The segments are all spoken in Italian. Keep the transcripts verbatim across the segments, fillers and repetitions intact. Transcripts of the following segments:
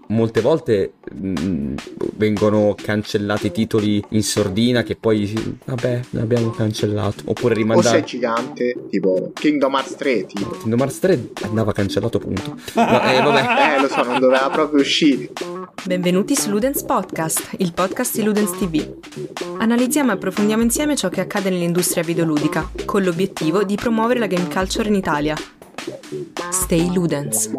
molte volte mh, vengono cancellati titoli in sordina che poi vabbè l'abbiamo cancellato, oppure rimandati. O sei gigante tipo Kingdom Hearts tre tipo. Kingdom Hearts tre andava cancellato punto. No, eh, vabbè. eh lo so, non doveva proprio uscire. Benvenuti su Ludens Podcast, il podcast di Ludens ti vu. Analizziamo e approfondiamo insieme ciò che accade nell'industria videoludica, con l'obiettivo di promuovere la game culture in Italia. Stay Ludens.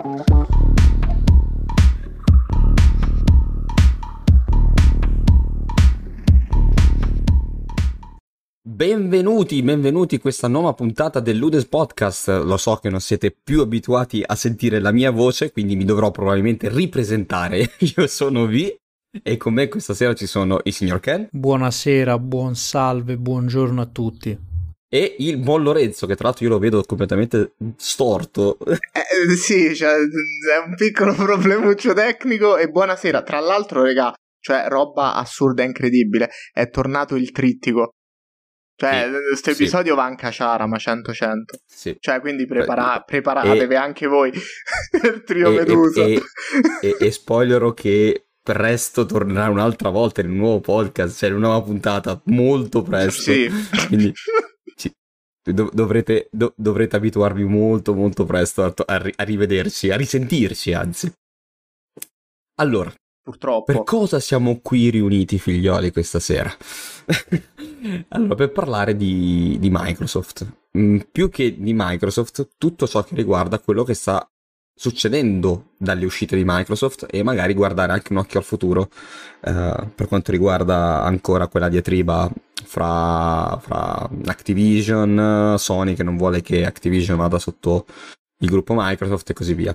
Benvenuti, benvenuti in questa nuova puntata del Ludens Podcast. Lo so che non siete più abituati a sentire la mia voce, quindi mi dovrò probabilmente ripresentare. Io sono V e con me questa sera ci sono il signor Ken. Buonasera, buon salve, buongiorno a tutti. E il buon Lorenzo, che tra l'altro io lo vedo completamente storto. Eh, sì, cioè, è un piccolo problemuccio tecnico. E buonasera, tra l'altro, regà, cioè roba assurda e incredibile, è tornato il trittico. Cioè, questo sì, episodio sì. va in caciara, ma cento cento. Sì. Cioè, quindi prepara- preparatevi e, anche voi per Trio e, Medusa. E, e, e spoilerò che presto tornerà un'altra volta in un nuovo podcast, cioè in una nuova puntata, molto presto. Sì. Quindi ci, dov- dovrete, do- dovrete abituarvi molto molto presto a, to- a, ri- a rivederci, a risentirci anzi. Allora, purtroppo. per cosa siamo qui riuniti, figlioli, questa sera? Allora, per parlare di, di Microsoft. Mm, più che di Microsoft, tutto ciò che riguarda quello che sta succedendo dalle uscite di Microsoft e magari guardare anche un occhio al futuro eh, per quanto riguarda ancora quella diatriba fra, fra Activision, Sony che non vuole che Activision vada sotto il gruppo Microsoft e così via.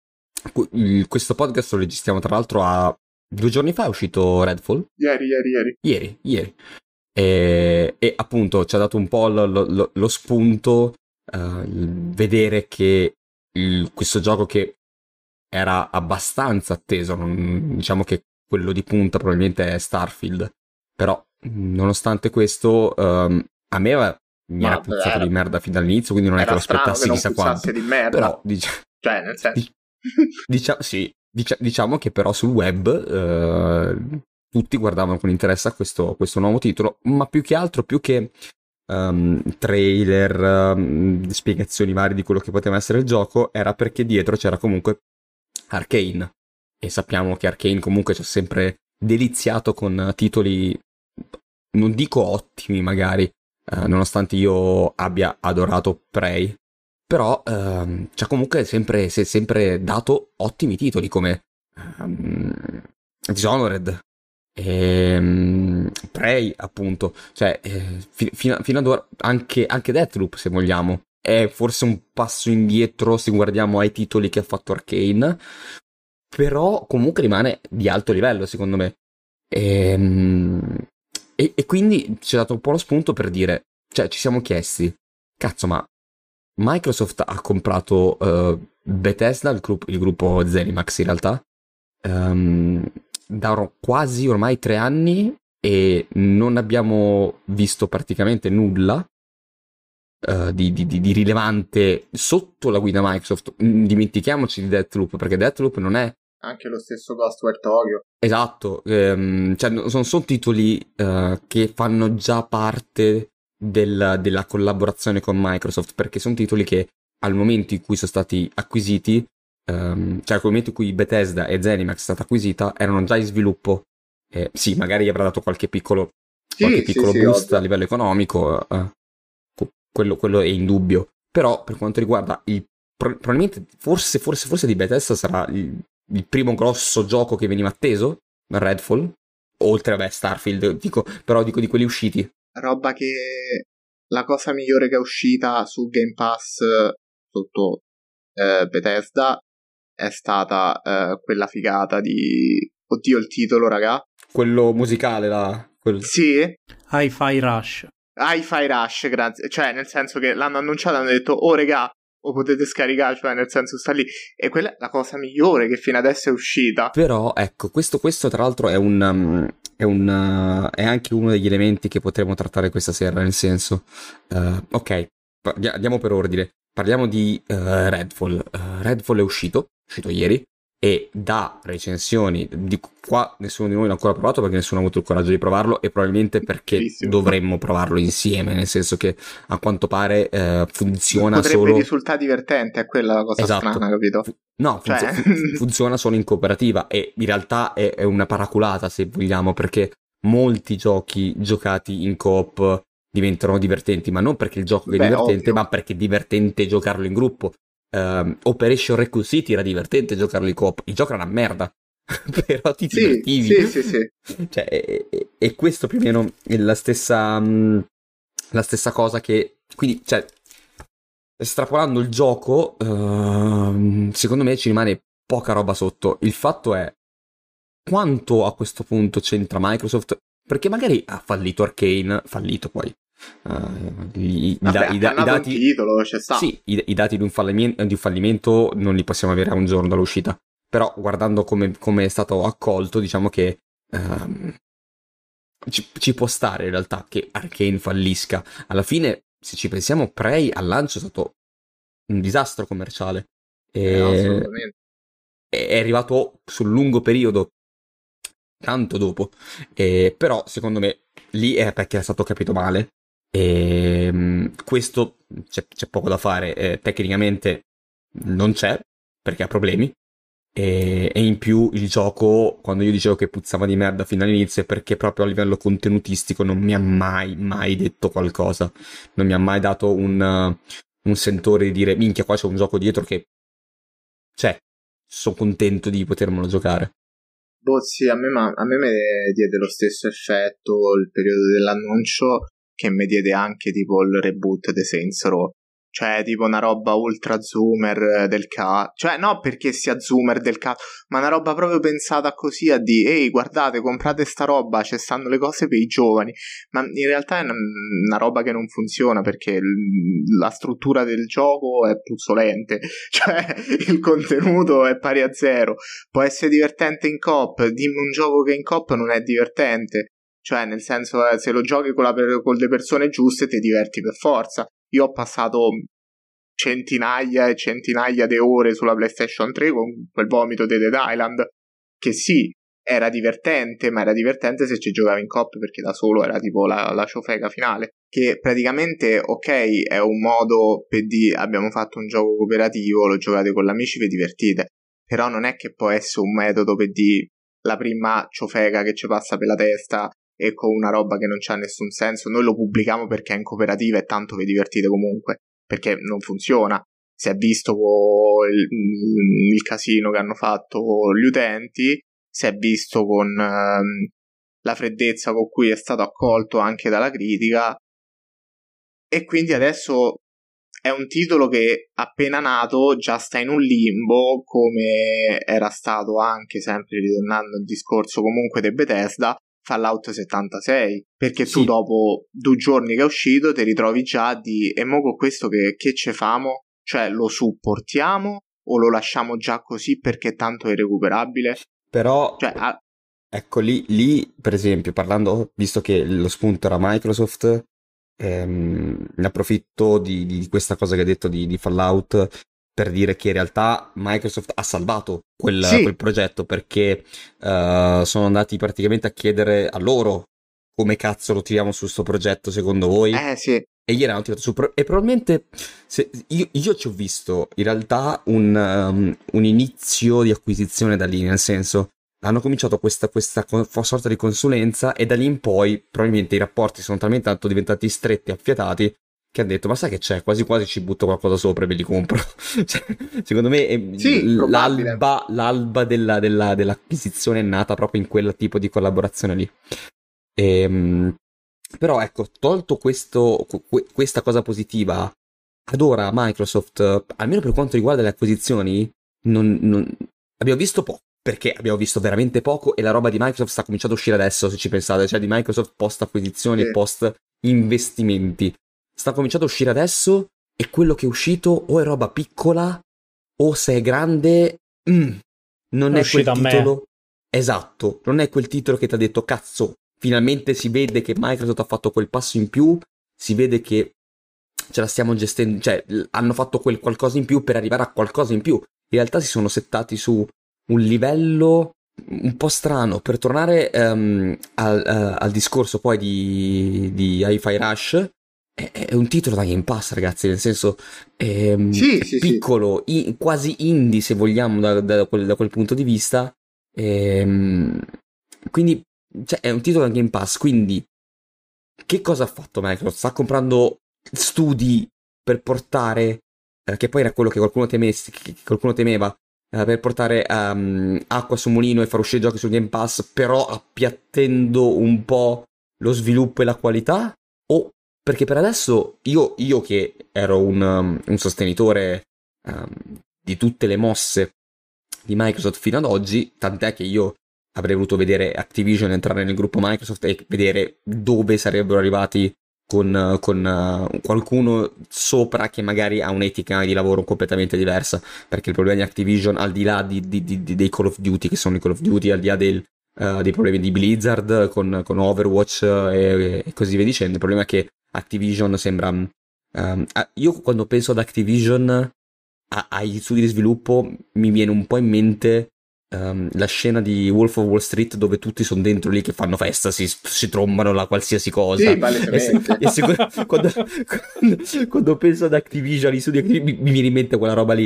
Questo podcast lo registriamo tra l'altro a due giorni fa, è uscito Redfall. Ieri, ieri, ieri. Ieri, ieri. E, e appunto ci ha dato un po' lo, lo, lo spunto uh, vedere che il, questo gioco che era abbastanza atteso, non, diciamo che quello di punta probabilmente è Starfield, però nonostante questo um, a me va, mi era puzzato era, di merda fin dall'inizio, quindi non è che lo aspettassi chissà quanto. Di merda. Però dic- cioè nel senso dic- diciamo, sì, dic- diciamo che però sul web uh, tutti guardavano con interesse a questo, questo nuovo titolo, ma più che altro, più che um, trailer, um, spiegazioni varie di quello che poteva essere il gioco, era perché dietro c'era comunque Arcane. E sappiamo che Arcane comunque ci ha sempre deliziato con titoli, non dico ottimi magari, uh, nonostante io abbia adorato Prey, però um, ci ha comunque sempre, si è sempre dato ottimi titoli come um, Dishonored, E, um, Prey appunto, cioè eh, fi- fino, fino ad ora anche, anche Deathloop, se vogliamo, è forse un passo indietro se guardiamo ai titoli che ha fatto Arcane, però comunque rimane di alto livello secondo me, e, um, e, e quindi ci ha dato un po' lo spunto per dire, cioè ci siamo chiesti, cazzo, ma Microsoft ha comprato uh, Bethesda, il, gru- il gruppo Zenimax in realtà, um, da quasi ormai tre anni e non abbiamo visto praticamente nulla uh, di, di, di rilevante sotto la guida Microsoft. Dimentichiamoci di Deathloop, perché Deathloop non è anche lo stesso Ghostwire Tokyo. Esatto, ehm, cioè sono, sono titoli uh, che fanno già parte del, della collaborazione con Microsoft, perché sono titoli che al momento in cui sono stati acquisiti, Um, cioè al momento in cui Bethesda e Zenimax è stata acquisita, erano già in sviluppo. Eh, sì, magari gli avrà dato qualche piccolo, sì, qualche piccolo sì, boost sì, a livello economico, uh, quello, quello è indubbio. Però per quanto riguarda il pro- probabilmente forse forse forse di Bethesda sarà il, il primo grosso gioco che veniva atteso, Redfall, oltre a Starfield, dico, però dico di quelli usciti. Roba che la cosa migliore che è uscita su Game Pass sotto eh, Bethesda è stata uh, quella figata di... Oddio il titolo, raga. Quello musicale, là. Quel... Sì. Hi-Fi Rush. Hi-Fi Rush, grazie. Cioè, nel senso che l'hanno annunciato e hanno detto, oh, regà, lo potete scaricare, cioè, nel senso sta lì. E quella è la cosa migliore che fino adesso è uscita. Però, ecco, questo, questo tra l'altro è un... Um, è un... Uh, è anche uno degli elementi che potremo trattare questa sera, nel senso... Uh, ok, andiamo per ordine. Parliamo di uh, Redfall. Uh, Redfall è uscito, è uscito ieri. e da recensioni di qua nessuno di noi l'ha ancora provato perché nessuno ha avuto il coraggio di provarlo e probabilmente perché Bellissimo. dovremmo provarlo insieme, nel senso che a quanto pare eh, funziona Potrebbe solo risultare divertente, è quella la cosa esatto. strana, capito? Fu- no, funzio- Cioè... fu- funziona solo in cooperativa e in realtà è, è una paraculata se vogliamo, perché molti giochi giocati in coop diventano divertenti, ma non perché il gioco è Beh, divertente, ovvio. ma perché è divertente giocarlo in gruppo. Um, Operation Raccoon City era divertente giocarlo in coop, il gioco era una merda, però ti Sì, divertivi. sì, sì, sì. Cioè, e, e- e questo più o meno è la stessa, mh, la stessa cosa che, quindi, cioè, estrapolando il gioco, ehm, secondo me ci rimane poca roba sotto. Il fatto è quanto a questo punto c'entra Microsoft, perché magari ha fallito Arcane, fallito poi. Uh, i, i, Vabbè, da- ha i, da- i cannato un dati, titolo, c'è sta. sì, i, i dati di un, fallimento, di un fallimento non li possiamo avere a un giorno dall'uscita. Però guardando come, come è stato accolto, diciamo che ehm, ci, ci può stare in realtà che Arcane fallisca. Alla fine, se ci pensiamo, Prey al lancio è stato un disastro commerciale. Eh, E assolutamente. è arrivato sul lungo periodo, tanto dopo. E, però, secondo me, lì è perché è stato capito male. E mh, questo c'è, c'è poco da fare. Eh, tecnicamente non c'è, perché ha problemi. E, e in più il gioco, quando io dicevo che puzzava di merda fino all'inizio, è perché proprio a livello contenutistico non mi ha mai, mai detto qualcosa. Non mi ha mai dato un, uh, un sentore di dire, minchia, qua c'è un gioco dietro che c'è. Sono contento di potermelo giocare. Boh, sì, a me, ma, a me me diede lo stesso effetto il periodo dell'annuncio che mi diede anche tipo il reboot di Saints Row. Cioè, tipo una roba ultra zoomer del cazzo. Cioè, no perché sia zoomer del cazzo, ma una roba proprio pensata così a di ehi, guardate, comprate sta roba, ci stanno le cose per i giovani. Ma in realtà è una, una roba che non funziona perché l- la struttura del gioco è puzzolente. Cioè, il contenuto è pari a zero. Può essere divertente in coop, dimmi un gioco che in coop non è divertente. Cioè, nel senso, eh, se lo giochi con, la per- con le persone giuste ti diverti per forza. Io ho passato centinaia e centinaia di ore sulla PlayStation tre con quel vomito di Dead Island, che sì, era divertente, ma era divertente se ci giocavi in coop, perché da solo era tipo la, la ciofeca finale, che praticamente, ok, è un modo per dire abbiamo fatto un gioco cooperativo, lo giocate con gli amici, vi divertite, però non è che può essere un metodo per dire la prima ciofeca che ci passa per la testa e con una roba che non c'ha nessun senso, noi lo pubblichiamo perché è in cooperativa e tanto vi divertite comunque, perché non funziona. Si è visto con il, il casino che hanno fatto con gli utenti, si è visto con ehm, la freddezza con cui è stato accolto anche dalla critica, e quindi adesso è un titolo che appena nato già sta in un limbo, come era stato anche, sempre ritornando al discorso comunque di Bethesda, Fallout settantasei, perché Sì. tu dopo due giorni che è uscito ti ritrovi già di e mo con questo che, che ce famo? Cioè lo supportiamo o lo lasciamo già così perché tanto è recuperabile? Però, Cioè, a... ecco, lì, lì, per esempio, parlando, visto che lo spunto era Microsoft, ehm, ne approfitto di, di questa cosa che hai detto di, di Fallout per dire che in realtà Microsoft ha salvato quel, Sì. quel progetto, perché uh, sono andati praticamente a chiedere a loro come cazzo lo tiriamo su sto progetto secondo voi, Eh sì. e gli hanno tirato su pro- e probabilmente se, io, io ci ho visto in realtà un, um, un inizio di acquisizione da lì, nel senso hanno cominciato questa, questa co- sorta di consulenza e da lì in poi probabilmente i rapporti sono talmente tanto diventati stretti e affiatati che hanno detto ma sai che c'è, quasi quasi ci butto qualcosa sopra e ve li compro. Cioè, secondo me è, Sì, l'alba, l'alba della, della, dell'acquisizione è nata proprio in quel tipo di collaborazione lì. E, però ecco, tolto questo, que- questa cosa positiva, ad ora Microsoft, almeno per quanto riguarda le acquisizioni, non, non... abbiamo visto poco, perché abbiamo visto veramente poco e la roba di Microsoft sta cominciando a uscire adesso, se ci pensate, cioè di Microsoft post acquisizioni, Sì. post investimenti. Sta cominciando a uscire adesso e quello che è uscito o è roba piccola o se è grande, mm, non È è quel uscito a me. titolo esatto, non è quel titolo che ti ha detto cazzo, finalmente si vede che Microsoft ha fatto quel passo in più, si vede che ce la stiamo gestendo, cioè hanno fatto quel qualcosa in più per arrivare a qualcosa in più. In realtà si sono settati su un livello un po' strano. Per tornare um, al, uh, al discorso poi di, di Hi-Fi Rush, è, è un titolo da Game Pass, ragazzi, nel senso è, Sì, è sì, piccolo, i- quasi indie se vogliamo da, da quel, da quel punto di vista. Ehm, quindi cioè, è un titolo da Game Pass, quindi che cosa ha fatto Microsoft? Sta comprando studi per portare, eh, che poi era quello che qualcuno, temes- che qualcuno temeva, eh, per portare um, acqua su mulino e far uscire giochi su Game Pass, però appiattendo un po' lo sviluppo e la qualità? O perché per adesso io, io che ero un, um, un sostenitore um, di tutte le mosse di Microsoft fino ad oggi, tant'è che io avrei voluto vedere Activision entrare nel gruppo Microsoft e vedere dove sarebbero arrivati con, con uh, qualcuno sopra che magari ha un'etica di lavoro completamente diversa, perché il problema di Activision, al di là di, di, di, dei Call of Duty che sono i Call of Duty, al di là del, uh, dei problemi di Blizzard con, con Overwatch e, e così via dicendo, il problema è che Activision sembra um, io quando penso ad Activision a, ai studi di sviluppo mi viene un po' in mente Um, la scena di Wolf of Wall Street dove tutti sono dentro lì che fanno festa, si, si trombano la qualsiasi cosa. Sì, palesemente. E, se, e se, quando, quando, quando penso ad Activision, studi Activision, mi, mi viene in mente quella roba lì.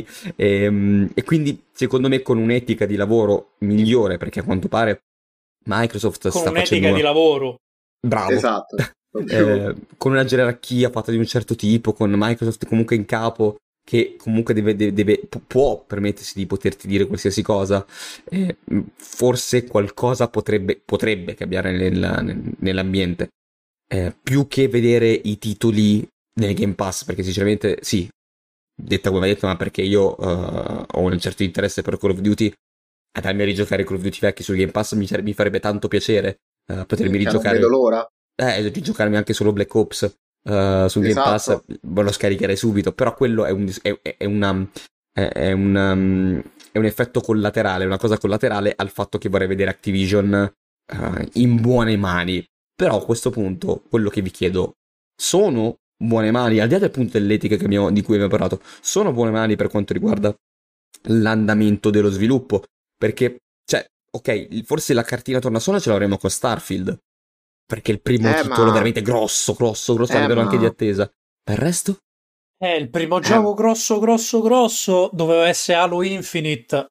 E, e quindi secondo me con un'etica di lavoro migliore, perché a quanto pare Microsoft con sta un'etica facendo... di lavoro. Bravo. Esatto. eh, con una gerarchia fatta di un certo tipo, con Microsoft comunque in capo, che comunque deve, deve, deve, può permettersi di poterti dire qualsiasi cosa, eh, forse qualcosa potrebbe, potrebbe cambiare nel, nell'ambiente, eh, più che vedere i titoli nel Game Pass, perché sinceramente sì, detta come detto, ma perché io uh, ho un certo interesse per Call of Duty, andarmi a rigiocare Call of Duty vecchi sul Game Pass mi, mi farebbe tanto piacere, uh, potermi Minchia, rigiocare, non vedo l'ora. eh, rigiocarmi anche solo Black Ops Uh, sul Game Esatto. Pass, lo scaricherei subito, però quello è un, è, è una, è, è un, um, è un effetto collaterale, una cosa collaterale al fatto che vorrei vedere Activision uh, in buone mani. Però a questo punto quello che vi chiedo, sono buone mani, al di là del punto dell'etica che abbiamo, di cui abbiamo parlato, sono buone mani per quanto riguarda l'andamento dello sviluppo? Perché, cioè, ok, forse la cartina tornasole ce l'avremo con Starfield, perché il primo Eh, titolo ma- veramente grosso, grosso, grosso, a Eh, livello ma- anche di attesa. Per il resto? Eh, il primo gioco grosso, grosso, grosso doveva essere Halo Infinite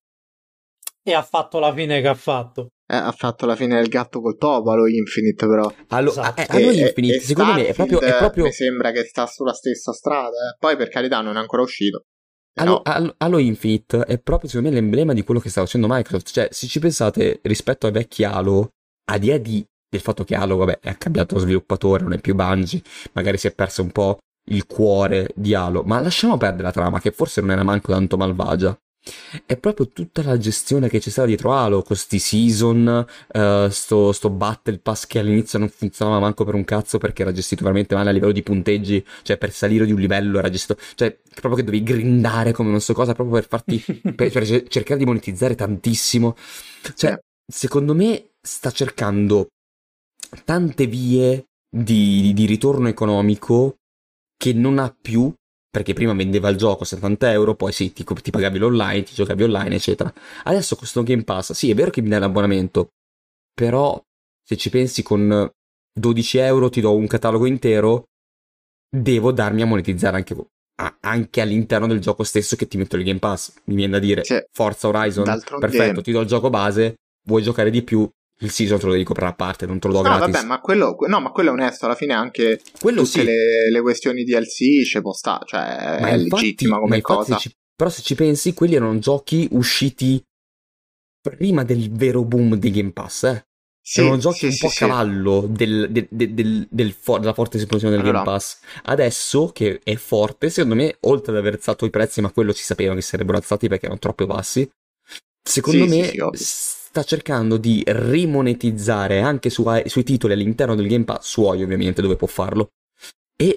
e ha fatto la fine che ha fatto. Eh, ha fatto la fine del gatto col topo, Halo Infinite, però. Allo, Esatto. eh, Halo E- e- Infinite, e secondo me, è proprio... È Starfield proprio mi sembra che sta sulla stessa strada. eh. Poi, per carità, non è ancora uscito. Halo, Però, Halo- Halo Infinite è proprio, secondo me, l'emblema di quello che sta facendo Microsoft. Cioè, se ci pensate, rispetto ai vecchi Halo, a di di del fatto che Halo, vabbè, è cambiato sviluppatore, non è più Bungie, magari si è perso un po' il cuore di Halo, ma lasciamo perdere la trama, che forse non era manco tanto malvagia. È proprio tutta la gestione che c'è stata dietro Halo, con sti season, eh, sto, sto Battle Pass che all'inizio non funzionava manco per un cazzo perché era gestito veramente male a livello di punteggi, cioè per salire di un livello era gestito, cioè proprio che dovevi grindare come non so cosa, proprio per farti, per, per cercare di monetizzare tantissimo. Cioè, Eh. secondo me sta cercando tante vie di, di ritorno economico che non ha più, perché prima vendeva il gioco a settanta euro, poi sì, ti, ti pagavi l'online, ti giocavi online, eccetera. Adesso questo Game Pass, sì, è vero che mi dai l'abbonamento, però se ci pensi con dodici euro ti do un catalogo intero, devo darmi a monetizzare anche, a, anche all'interno del gioco stesso che ti metto il Game Pass. Mi viene da dire, Sì. Forza Horizon, D'altronde- perfetto, ti do il gioco base, vuoi giocare di più, il season te lo devi comprare a parte, non te lo do no, gratis. vabbè, ma quello, no, ma quello è onesto. Alla fine anche Quello tutte sì. le, le questioni D L C ci può stare, cioè Ma è infatti- legittima ma come infatti cosa. se ci- però se ci pensi, quelli erano giochi usciti prima del vero boom di Game Pass, eh. Sì, Erano giochi sì, un sì, po' a sì. cavallo del, del- del- del- del fo- della forte esplosione del Allora. Game Pass. Adesso che è forte, secondo me, oltre ad aver alzato i prezzi, ma quello si sapeva che sarebbero alzati perché erano troppo bassi, secondo Sì, me sì, sì, ovvio. sta cercando di rimonetizzare anche su, sui titoli all'interno del Game Pass, suoi ovviamente, dove può farlo. E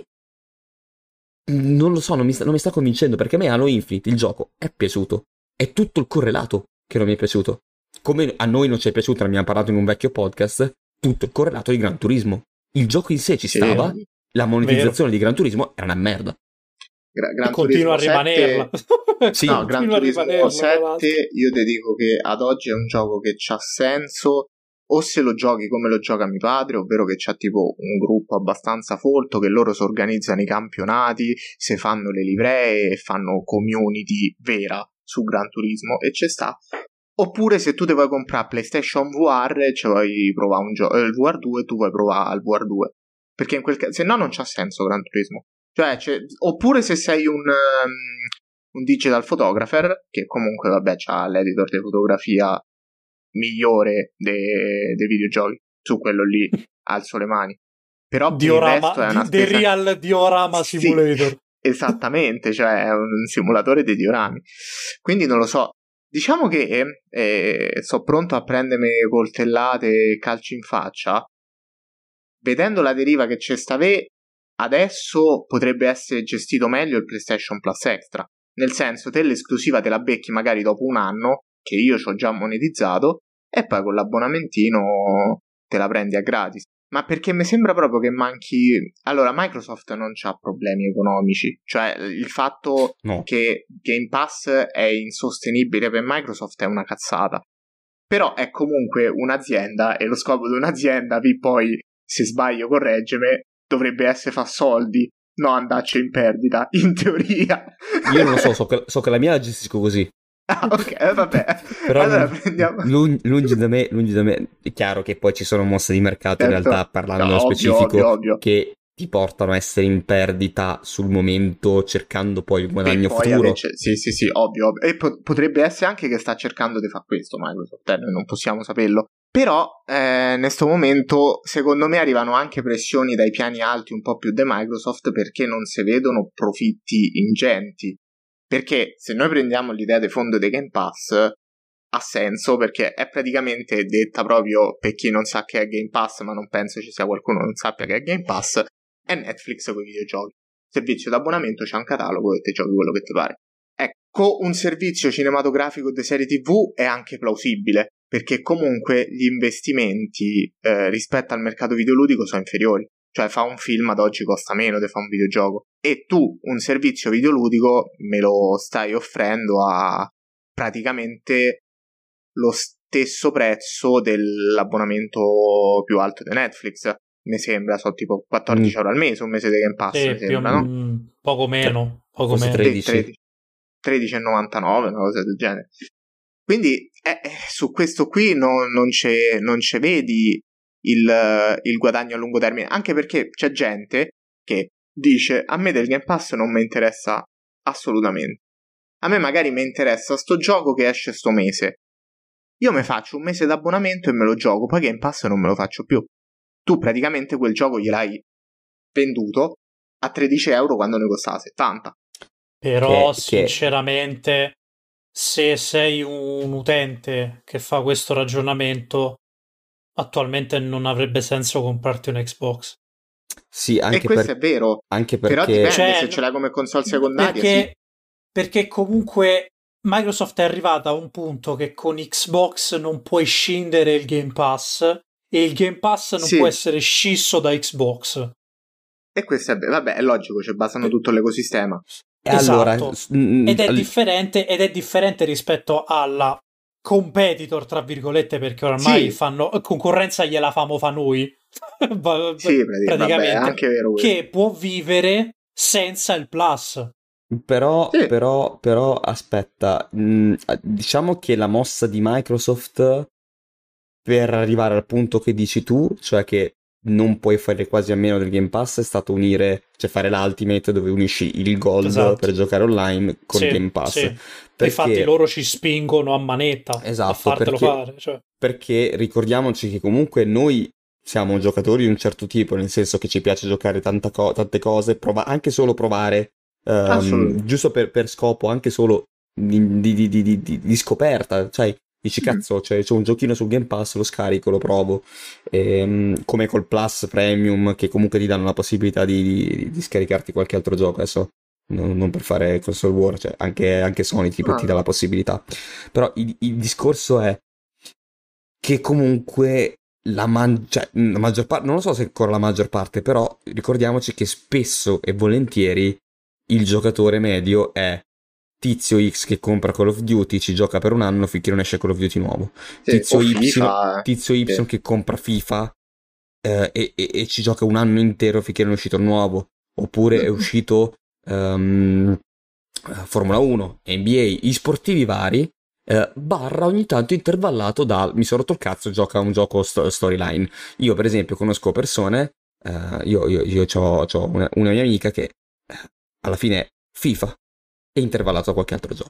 non lo so, non mi, sta, non mi sta convincendo, perché a me Halo Infinite, il gioco, è piaciuto. È tutto il correlato che non mi è piaciuto. Come a noi non ci è piaciuto, ne abbiamo parlato in un vecchio podcast, tutto il correlato di Gran Turismo. Il gioco in sé ci Sì. stava, la monetizzazione di Gran Turismo era una merda. Gra- Gran continua a Turismo rimanerla. sette Sì, no, Gran continua a Turismo rimanerla, sette io ti dico che ad oggi è un gioco che c'ha senso o se lo giochi come lo gioca mio padre, ovvero che c'ha tipo un gruppo abbastanza folto, che loro si organizzano i campionati, se fanno le livree e fanno community vera su Gran Turismo e ci sta. Oppure se tu ti vuoi comprare PlayStation V R e ci vuoi provare un gioco, eh, il V R due, tu vuoi provare al V R due, perché in quel caso, se no non c'ha senso Gran Turismo. Cioè, c'è... oppure se sei un, um, un digital photographer, che comunque vabbè c'ha l'editor di fotografia migliore dei, dei videogiochi, su quello lì alzo le mani. Però per il resto è una di, spesa... The Real Diorama sì, Simulator. Esattamente, cioè è un simulatore di diorami. Quindi non lo so. Diciamo che eh, sono pronto a prendermi coltellate e calci in faccia. Vedendo la deriva che c'è stave, adesso potrebbe essere gestito meglio il PlayStation Plus Extra. Nel senso, te l'esclusiva te la becchi magari dopo un anno, che io ci ho già monetizzato, e poi con l'abbonamentino te la prendi a gratis. Ma perché mi sembra proprio che manchi... Allora, Microsoft non c'ha problemi economici. Cioè, il fatto no. che Game Pass è insostenibile per Microsoft è una cazzata. Però è comunque un'azienda, e lo scopo di un'azienda, poi, se sbaglio correggimi, dovrebbe essere far soldi, no andarci in perdita, in teoria. Io non lo so, so che, so che la mia la gestisco così. Ah, ok, vabbè. Però allora lungi, prendiamo... lungi, lungi da me, lungi da me, è chiaro che poi ci sono mosse di mercato, certo, in realtà, parlando no, nello ovvio, specifico, ovvio, ovvio. che ti portano a essere in perdita sul momento, cercando poi il guadagno poi futuro. Invece, sì, sì, sì, ovvio, ovvio. E po- potrebbe essere anche che sta cercando di fare questo Microsoft, eh, noi non possiamo saperlo. Però, eh, in questo momento, secondo me, arrivano anche pressioni dai piani alti un po' più di Microsoft, perché non si vedono profitti ingenti. Perché se noi prendiamo l'idea di fondo dei Game Pass, ha senso, perché è praticamente detta proprio per chi non sa che è Game Pass, ma non penso ci sia qualcuno che non sappia che è Game Pass, è Netflix con i videogiochi. Servizio d'abbonamento, c'è un catalogo e te giochi quello che ti pare. Ecco, un servizio cinematografico di serie tivù è anche plausibile, perché comunque gli investimenti eh, rispetto al mercato videoludico sono inferiori. Cioè, fa un film ad oggi costa meno di fa un videogioco. E tu un servizio videoludico me lo stai offrendo a praticamente lo stesso prezzo dell'abbonamento più alto di Netflix. Mi sembra, so tipo quattordici euro al mese, un mese di Game Pass, sì, mi sembra, più, no? Poco meno, poco Forse meno. tredici. tredici e novantanove, una cosa del genere. Quindi eh, su questo qui non, non c'è non c'è vedi il, il guadagno a lungo termine, anche perché c'è gente che dice a me del Game Pass non mi interessa assolutamente, a me magari mi interessa sto gioco che esce sto mese, io mi faccio un mese d'abbonamento e me lo gioco, poi Game Pass non me lo faccio più. Tu praticamente quel gioco gliel'hai venduto a tredici euro quando ne costava settanta. Però che, sinceramente che... se sei un utente che fa questo ragionamento, attualmente non avrebbe senso comprarti un Xbox. Sì, anche e questo per... è vero, anche perché... però dipende, cioè, se ce l'hai come console secondaria, perché, sì. Perché comunque Microsoft è arrivata a un punto che con Xbox non puoi scindere il Game Pass e il Game Pass non sì. può essere scisso da Xbox. E questo è, vabbè, è logico, cioè basano tutto l'ecosistema. E esatto. allora, ed è differente ed è differente rispetto alla competitor, tra virgolette, perché ormai sì. fanno concorrenza, gliela famo fa noi. Sì, praticamente, vabbè, è anche vero questo. Che può vivere senza il Plus. Però, sì. però, però, aspetta, mh, diciamo che la mossa di Microsoft per arrivare al punto che dici tu, cioè che non puoi fare quasi a meno del Game Pass, è stato unire, cioè fare l'Ultimate dove unisci il Gold, esatto, per giocare online con il sì, Game Pass. Sì. Perché... infatti loro ci spingono a manetta, esatto, a fartelo perché, fare. Cioè. Perché ricordiamoci che comunque noi siamo giocatori di un certo tipo, nel senso che ci piace giocare tanta co- tante cose, prova- anche solo provare, um, giusto per, per scopo, anche solo di, di, di, di, di, di scoperta, cioè dici cazzo, cioè, c'è un giochino su Game Pass, lo scarico, lo provo, e, come col Plus Premium che comunque ti danno la possibilità di, di, di scaricarti qualche altro gioco, adesso non, non per fare console war, cioè anche, anche Sony tipo, ah. ti dà la possibilità, però il, il discorso è che comunque la, man- cioè, la maggior parte, non lo so se ancora la maggior parte, però ricordiamoci che spesso e volentieri il giocatore medio è Tizio X che compra Call of Duty, ci gioca per un anno finché non esce Call of Duty nuovo. Sì, Tizio, Y, FIFA, Tizio Y sì. che compra FIFA eh, e, e, e ci gioca un anno intero finché non è uscito il nuovo. Oppure è uscito um, Formula uno, N B A, gli sportivi vari, eh, barra ogni tanto intervallato da mi sono rotto il cazzo, gioca un gioco sto- storyline. Io per esempio conosco persone, eh, io, io, io ho una, una mia amica che eh, alla fine FIFA è intervallato a qualche altro gioco.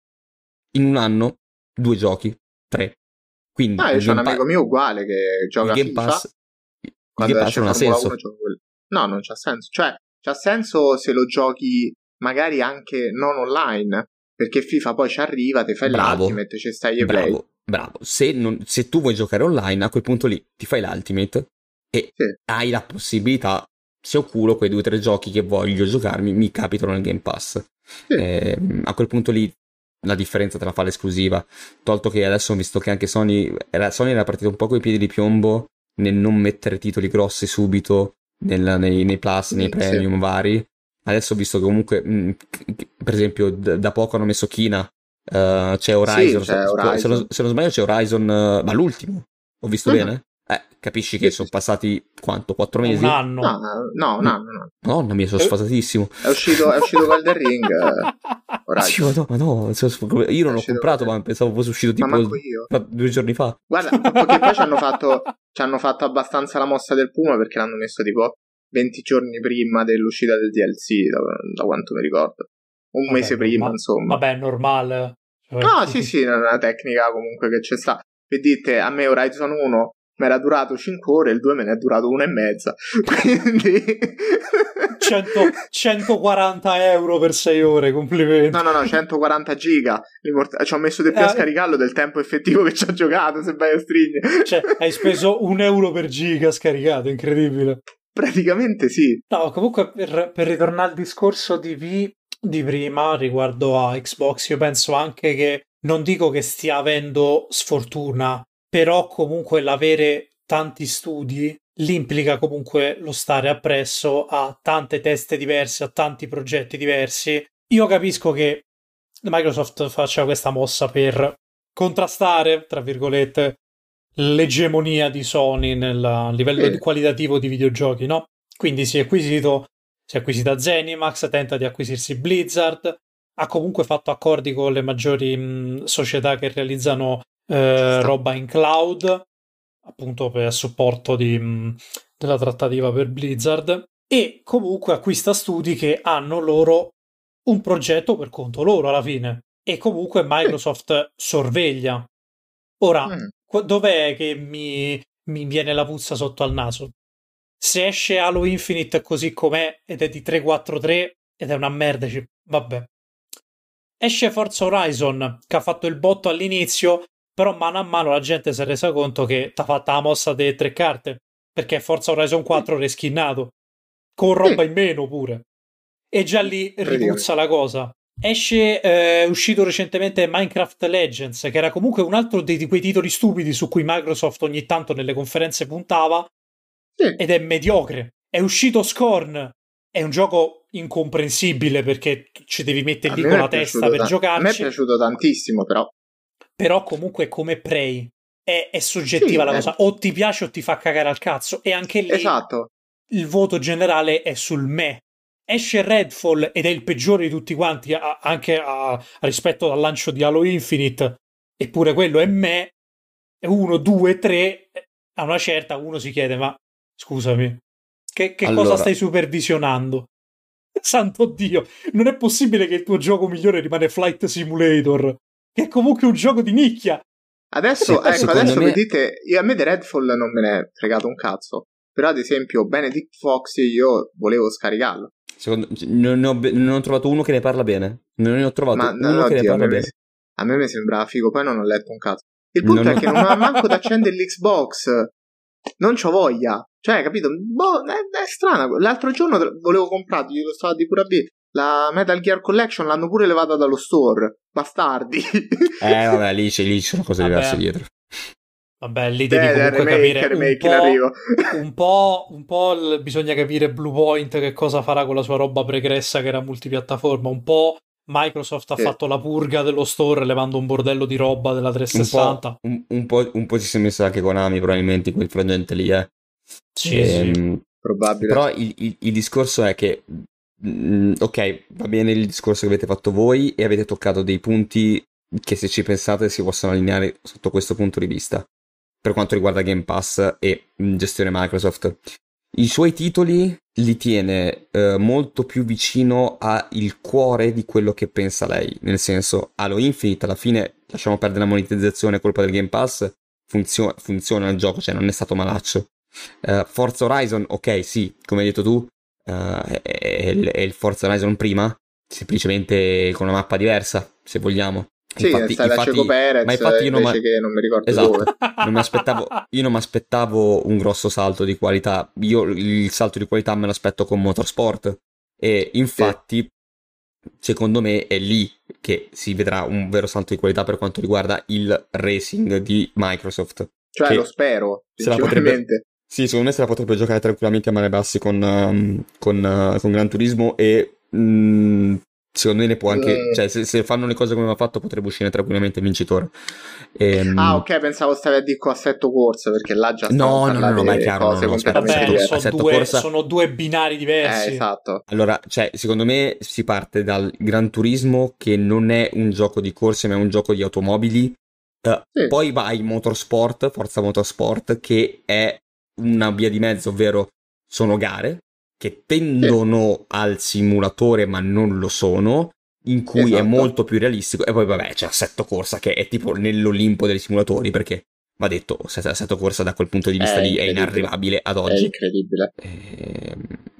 In un anno, due giochi, tre. Quindi Ah, io il c'ho un Game amico Pa- mio uguale che gioca il Game FIFA. Pass, il Quando Game Pass esce non ha Formula senso. uno gioco quello. No, non c'ha senso. Cioè, c'ha senso se lo giochi magari anche non online, perché FIFA poi ci arriva, ti fai Bravo, l'Ultimate, ci stai e play. bravo, bravo. Se, non, se tu vuoi giocare online, a quel punto lì ti fai l'Ultimate e Sì. hai la possibilità, se ho culo, quei due o tre giochi che voglio giocarmi mi capitano nel Game Pass. Sì. Eh, a quel punto lì la differenza te la fa l'esclusiva. Tolto che adesso ho visto che anche Sony era, Sony era partita un po' coi piedi di piombo nel non mettere titoli grossi subito nel, nei, nei plus, nei Sì. premium vari. Adesso ho visto che comunque, mh, per esempio, d- da poco hanno messo Kina, uh, c'è Horizon, Sì, c'è se, Horizon. Se, non, se non sbaglio c'è Horizon, uh, ma l'ultimo, ho visto Mhm. bene? Eh, capisci Sì, che sì, sono sì. passati, quanto, quattro Un mesi? anno. No, no, un anno, no. Madonna mia, sono Eh. sfasatissimo. È uscito, è uscito Golden Ring. eh, Ah, sì, Horizon. ma no, ma no, io È non l'ho uscito comprato, Golden- ma pensavo fosse uscito Ma tipo manco io. due giorni fa. Guarda, perché poi ci hanno fatto ci hanno fatto abbastanza la mossa del Puma, perché l'hanno messo tipo venti giorni prima dell'uscita del D L C, da, da quanto mi ricordo. Un Vabbè, mese prima, norma- insomma. Vabbè, è normale. Cioè, No, sì, sì, è una tecnica comunque che c'è sta. Per dite, a me Horizon uno mi era durato cinque ore, il due me ne è durato una e mezza. Quindi... cento centoquaranta euro per sei ore, complimenti. No, no, no, centoquaranta giga. Ci ho messo di più a Eh. scaricarlo del tempo effettivo che ci ha giocato, se vai a stringere. Cioè, hai speso un euro per giga scaricato, incredibile. Praticamente sì. No, comunque per, per ritornare al discorso di V di prima riguardo a Xbox, io penso anche che, non dico che stia avendo sfortuna, però comunque l'avere tanti studi li implica comunque lo stare appresso a tante teste diverse, a tanti progetti diversi. Io capisco che Microsoft faccia questa mossa per contrastare, tra virgolette, l'egemonia di Sony nel a livello Sì. di qualitativo di videogiochi, no? Quindi si è acquisito, si è acquisita Zenimax, tenta di acquisirsi Blizzard, ha comunque fatto accordi con le maggiori mh, società che realizzano eh, roba in cloud, appunto per supporto di, mh, della trattativa per Blizzard, e comunque acquista studi che hanno loro un progetto per conto loro alla fine, e comunque Microsoft sorveglia. Ora, Mm. qu- dov'è che mi, mi viene la puzza sotto al naso? Se esce Halo Infinite così com'è ed è di tre quattro tre ed è una merda, ci- vabbè. Esce Forza Horizon che ha fatto il botto all'inizio, però mano a mano la gente si è resa conto che t'ha fatta la mossa delle tre carte, perché è Forza Horizon quattro reskinnato, con roba in meno pure. E già lì ripuzza la cosa. Esce, è uscito recentemente Minecraft Legends, che era comunque un altro dei, di quei titoli stupidi su cui Microsoft ogni tanto nelle conferenze puntava, Sì. ed è mediocre. È uscito Scorn, è un gioco incomprensibile perché ci devi mettere A lì me con è la testa piaciuto per ta- giocarci. A me è piaciuto tantissimo, però. Però comunque come Prey è, è soggettiva Sì, la eh. cosa, o ti piace o ti fa cagare al cazzo, e anche lì Esatto. il voto generale è sul me. Esce Redfall ed è il peggiore di tutti quanti, a- anche a, a rispetto al lancio di Halo Infinite, eppure quello è me. Uno, due, tre, a una certa uno si chiede, ma scusami, che, che Allora. cosa stai supervisionando? Santo Dio, non è possibile che il tuo gioco migliore rimane Flight Simulator, che è comunque un gioco di nicchia. Adesso, Sì, ecco, secondo adesso me- vedete, io, a me di Redfall non me ne è fregato un cazzo. Però, ad esempio, Benedict Foxy io volevo scaricarlo. Secondo, non, ne ho, be- non ho trovato uno che ne parla bene. Non ne ho trovato Ma uno no, che ne oddio, a, parla me, bene. a me mi sembrava figo, poi non ho letto un cazzo. Il punto Non è ho- che non ho manco da accendere l'Xbox. Non c'ho voglia. Cioè, capito? Boh, è, è strana. L'altro giorno te- volevo comprare, io lo stavo di pure a B. La Metal Gear Collection l'hanno pure levata dallo store. Bastardi. Eh, vabbè, lì, c'è- lì ci sono cose Vabbè. diverse dietro. Vabbè, lì devi Eh, comunque remake, capire remake un in po', arrivo. un po', un po' il- bisogna capire Bluepoint che cosa farà con la sua roba pregressa che era multipiattaforma, un po' Microsoft ha Sì. fatto la purga dello store levando un bordello di roba della Un po', trecentosessanta. un, un po', un po' ci si è messa anche Konami probabilmente in quel frangente lì, eh. Sì, sì. Ehm, Probabile. Però il, il- il discorso è che, mm, ok, va bene il discorso che avete fatto voi e avete toccato dei punti che se ci pensate si possono allineare sotto questo punto di vista, per quanto riguarda Game Pass e mm, gestione Microsoft. I suoi titoli li tiene eh, molto più vicino al cuore di quello che pensa lei, nel senso, Halo Infinite alla fine, lasciamo perdere la monetizzazione, colpa del Game Pass, funzio- funziona il gioco, cioè non è stato malaccio. Uh, Forza Horizon, ok, sì, come hai detto tu, uh, è, è il- è il Forza Horizon prima, semplicemente con una mappa diversa, se vogliamo. Sì, Infatti, stai da infatti- Checo Perez, ma infatti io non invece ma- che non mi ricordo Esatto. dove. Non mi aspettavo, io non mi aspettavo un grosso salto di qualità. Io il salto di qualità me l'aspetto con Motorsport. E infatti, secondo me, è lì che si vedrà un vero salto di qualità per quanto riguarda il racing di Microsoft. Cioè, Che lo spero, se la sinceramente. Sì, secondo me se la potrebbe giocare tranquillamente a mani bassi con, um, con, uh, con Gran Turismo e mm, secondo me ne può anche, Mm. cioè se, se fanno le cose come ha fatto potrebbe uscire tranquillamente vincitore. Ehm, Ah, ok, pensavo stavi a dire con Assetto Corsa, perché là già stiamo No, no, no, parlando no, ma è di chiaro, cose no, no, aspetta, completamente Vabbè, Assetto- diverse. sono Assetto due, Corsa- sono due binari diversi. Eh, esatto. Allora, cioè, secondo me si parte dal Gran Turismo che non è un gioco di corse ma è un gioco di automobili. Eh, Sì. Poi vai Motorsport, Forza Motorsport, che è una via di mezzo, ovvero sono gare che tendono al simulatore ma non lo sono, in cui è Esatto. molto più realistico. E poi vabbè c'è Assetto Corsa che è tipo nell'Olimpo dei simulatori, perché va detto, Assetto Corsa da quel punto di vista È lì è incredibile. inarrivabile ad È oggi. incredibile. E,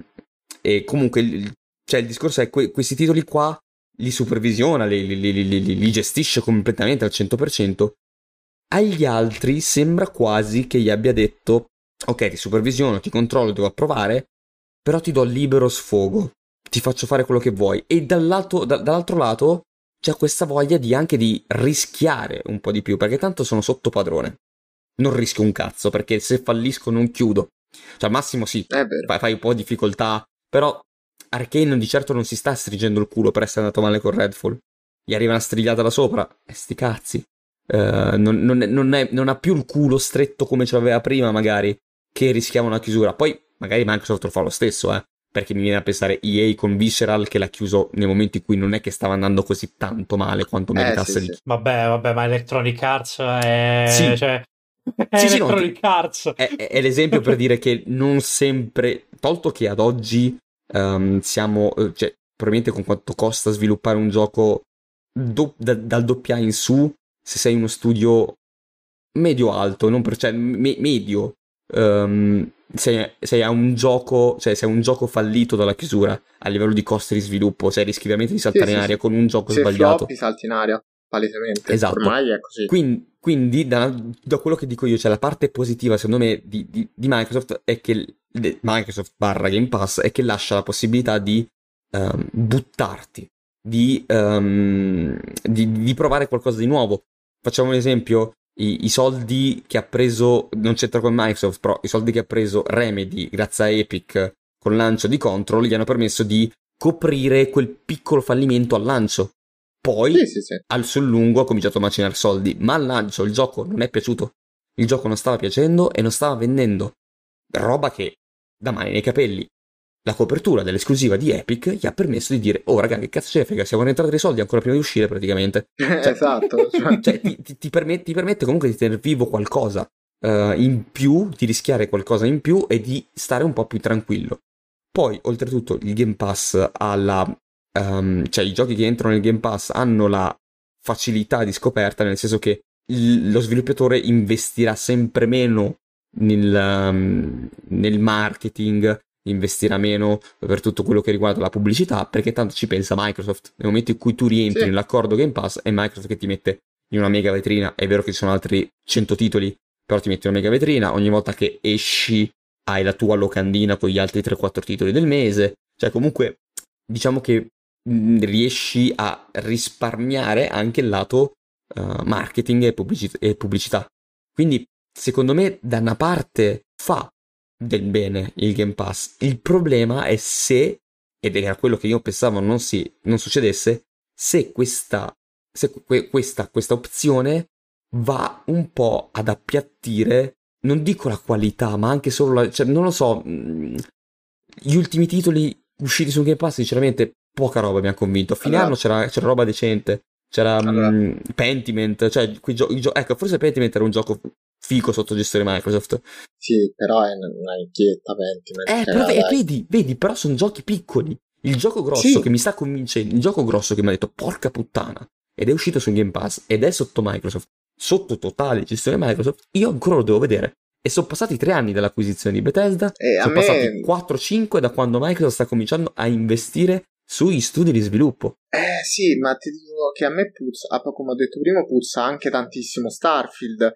e comunque il, cioè il discorso è que- questi titoli qua li supervisiona, li, li- li- li- li- li gestisce completamente al cento per cento. Agli altri sembra quasi che gli abbia detto ok, ti supervisiono, ti controllo, devo approvare, però ti do libero sfogo, ti faccio fare quello che vuoi. E dall'altro, da- dall'altro lato c'è questa voglia di anche di rischiare un po' di più, perché tanto sono sotto padrone. Non rischio un cazzo, perché se fallisco non chiudo. Cioè al massimo sì, È vero. fai, fai un po' di difficoltà, però Arcane di certo non si sta stringendo il culo per essere andato male con Redfall. Gli arriva una strigliata da sopra, e sti cazzi. Eh, non, non è- non è- non ha più il culo stretto come ce l'aveva prima magari, che rischiava una chiusura. Poi magari Microsoft lo fa lo stesso, eh, perché mi viene a pensare E A con Visceral che l'ha chiuso nel momento in cui non è che stava andando così tanto male quanto Eh, meritasse sì, di sì. Vabbè, vabbè, ma Electronic Arts è... Sì. Cioè, è Sì, sì, no, Electronic Arts. È, è- è l'esempio per dire che non sempre, tolto che ad oggi ehm, siamo, eh, cioè, probabilmente con quanto costa sviluppare un gioco do- da- dal doppia in su, se sei uno studio medio-alto, non per, cioè me- medio, ehm, sei, sei a un gioco, cioè sei un gioco fallito dalla chiusura a livello di costi di sviluppo, cioè rischi veramente di saltare Sì, in sì, aria sì. con un gioco Se sbagliato. floppi salti in aria, palesemente. Esatto. Ormai è così. Quindi, quindi da, da quello che dico io, cioè la parte positiva secondo me di, di, di Microsoft è che il- de- Microsoft barra Game Pass è che lascia la possibilità di ehm, buttarti, di, ehm, di, di provare qualcosa di nuovo. Facciamo un esempio, i, i soldi che ha preso, non c'entra con Microsoft, però i soldi che ha preso Remedy grazie a Epic con il lancio di Control gli hanno permesso di coprire quel piccolo fallimento al lancio. Poi Sì, sì, sì. al sul lungo ha cominciato a macinare soldi, ma al lancio il gioco non è piaciuto, il gioco non stava piacendo e non stava vendendo, roba che da mani nei capelli. La copertura dell'esclusiva di Epic gli ha permesso di dire oh raga che cazzo ce ne frega, siamo rientrati dei soldi ancora prima di uscire praticamente. Cioè, Esatto. Cioè, cioè, ti, ti, ti permette, ti permette comunque di tenere vivo qualcosa eh, in più, di rischiare qualcosa in più e di stare un po' più tranquillo. Poi oltretutto il Game Pass ha la Um, cioè i giochi che entrano nel Game Pass hanno la facilità di scoperta, nel senso che il- lo sviluppatore investirà sempre meno nel, um, nel marketing, investirà meno per tutto quello che riguarda la pubblicità, perché tanto ci pensa Microsoft. Nel momento in cui tu rientri Sì. nell'accordo Game Pass è Microsoft che ti mette in una mega vetrina. È vero che ci sono altri cento titoli, però ti metti in una mega vetrina, ogni volta che esci hai la tua locandina con gli altri tre quattro titoli del mese, cioè comunque diciamo che mh, riesci a risparmiare anche il lato uh, marketing e, pubblici- e pubblicità. Quindi secondo me da una parte fa del bene il Game Pass. Il problema è se, ed era quello che io pensavo non, si, non succedesse, se questa, se que, questa, questa opzione va un po' ad appiattire, non dico la qualità, ma anche solo la, cioè, non lo so, gli ultimi titoli usciti su Game Pass, sinceramente, poca roba mi ha convinto. A fine allora, anno c'era, c'era roba decente, c'era allora. um, Pentiment, cioè, quei gio- gio- ecco, forse Pentiment era un gioco figo sotto gestione Microsoft. Sì, però è una nicchietta Pentiment. Eh, però eh, vedi, vedi, però sono giochi piccoli. Il gioco grosso Sì. che mi sta convincendo, il gioco grosso che mi ha detto porca puttana, ed è uscito su Game Pass, ed è sotto Microsoft, sotto totale gestione Microsoft, io ancora lo devo vedere. E sono passati tre anni dall'acquisizione di Bethesda, E a sono me- passati quattro cinque da quando Microsoft sta cominciando a investire sui studi di sviluppo. Eh sì, ma ti dico che a me puzza, ah, come ho detto prima, puzza anche tantissimo Starfield.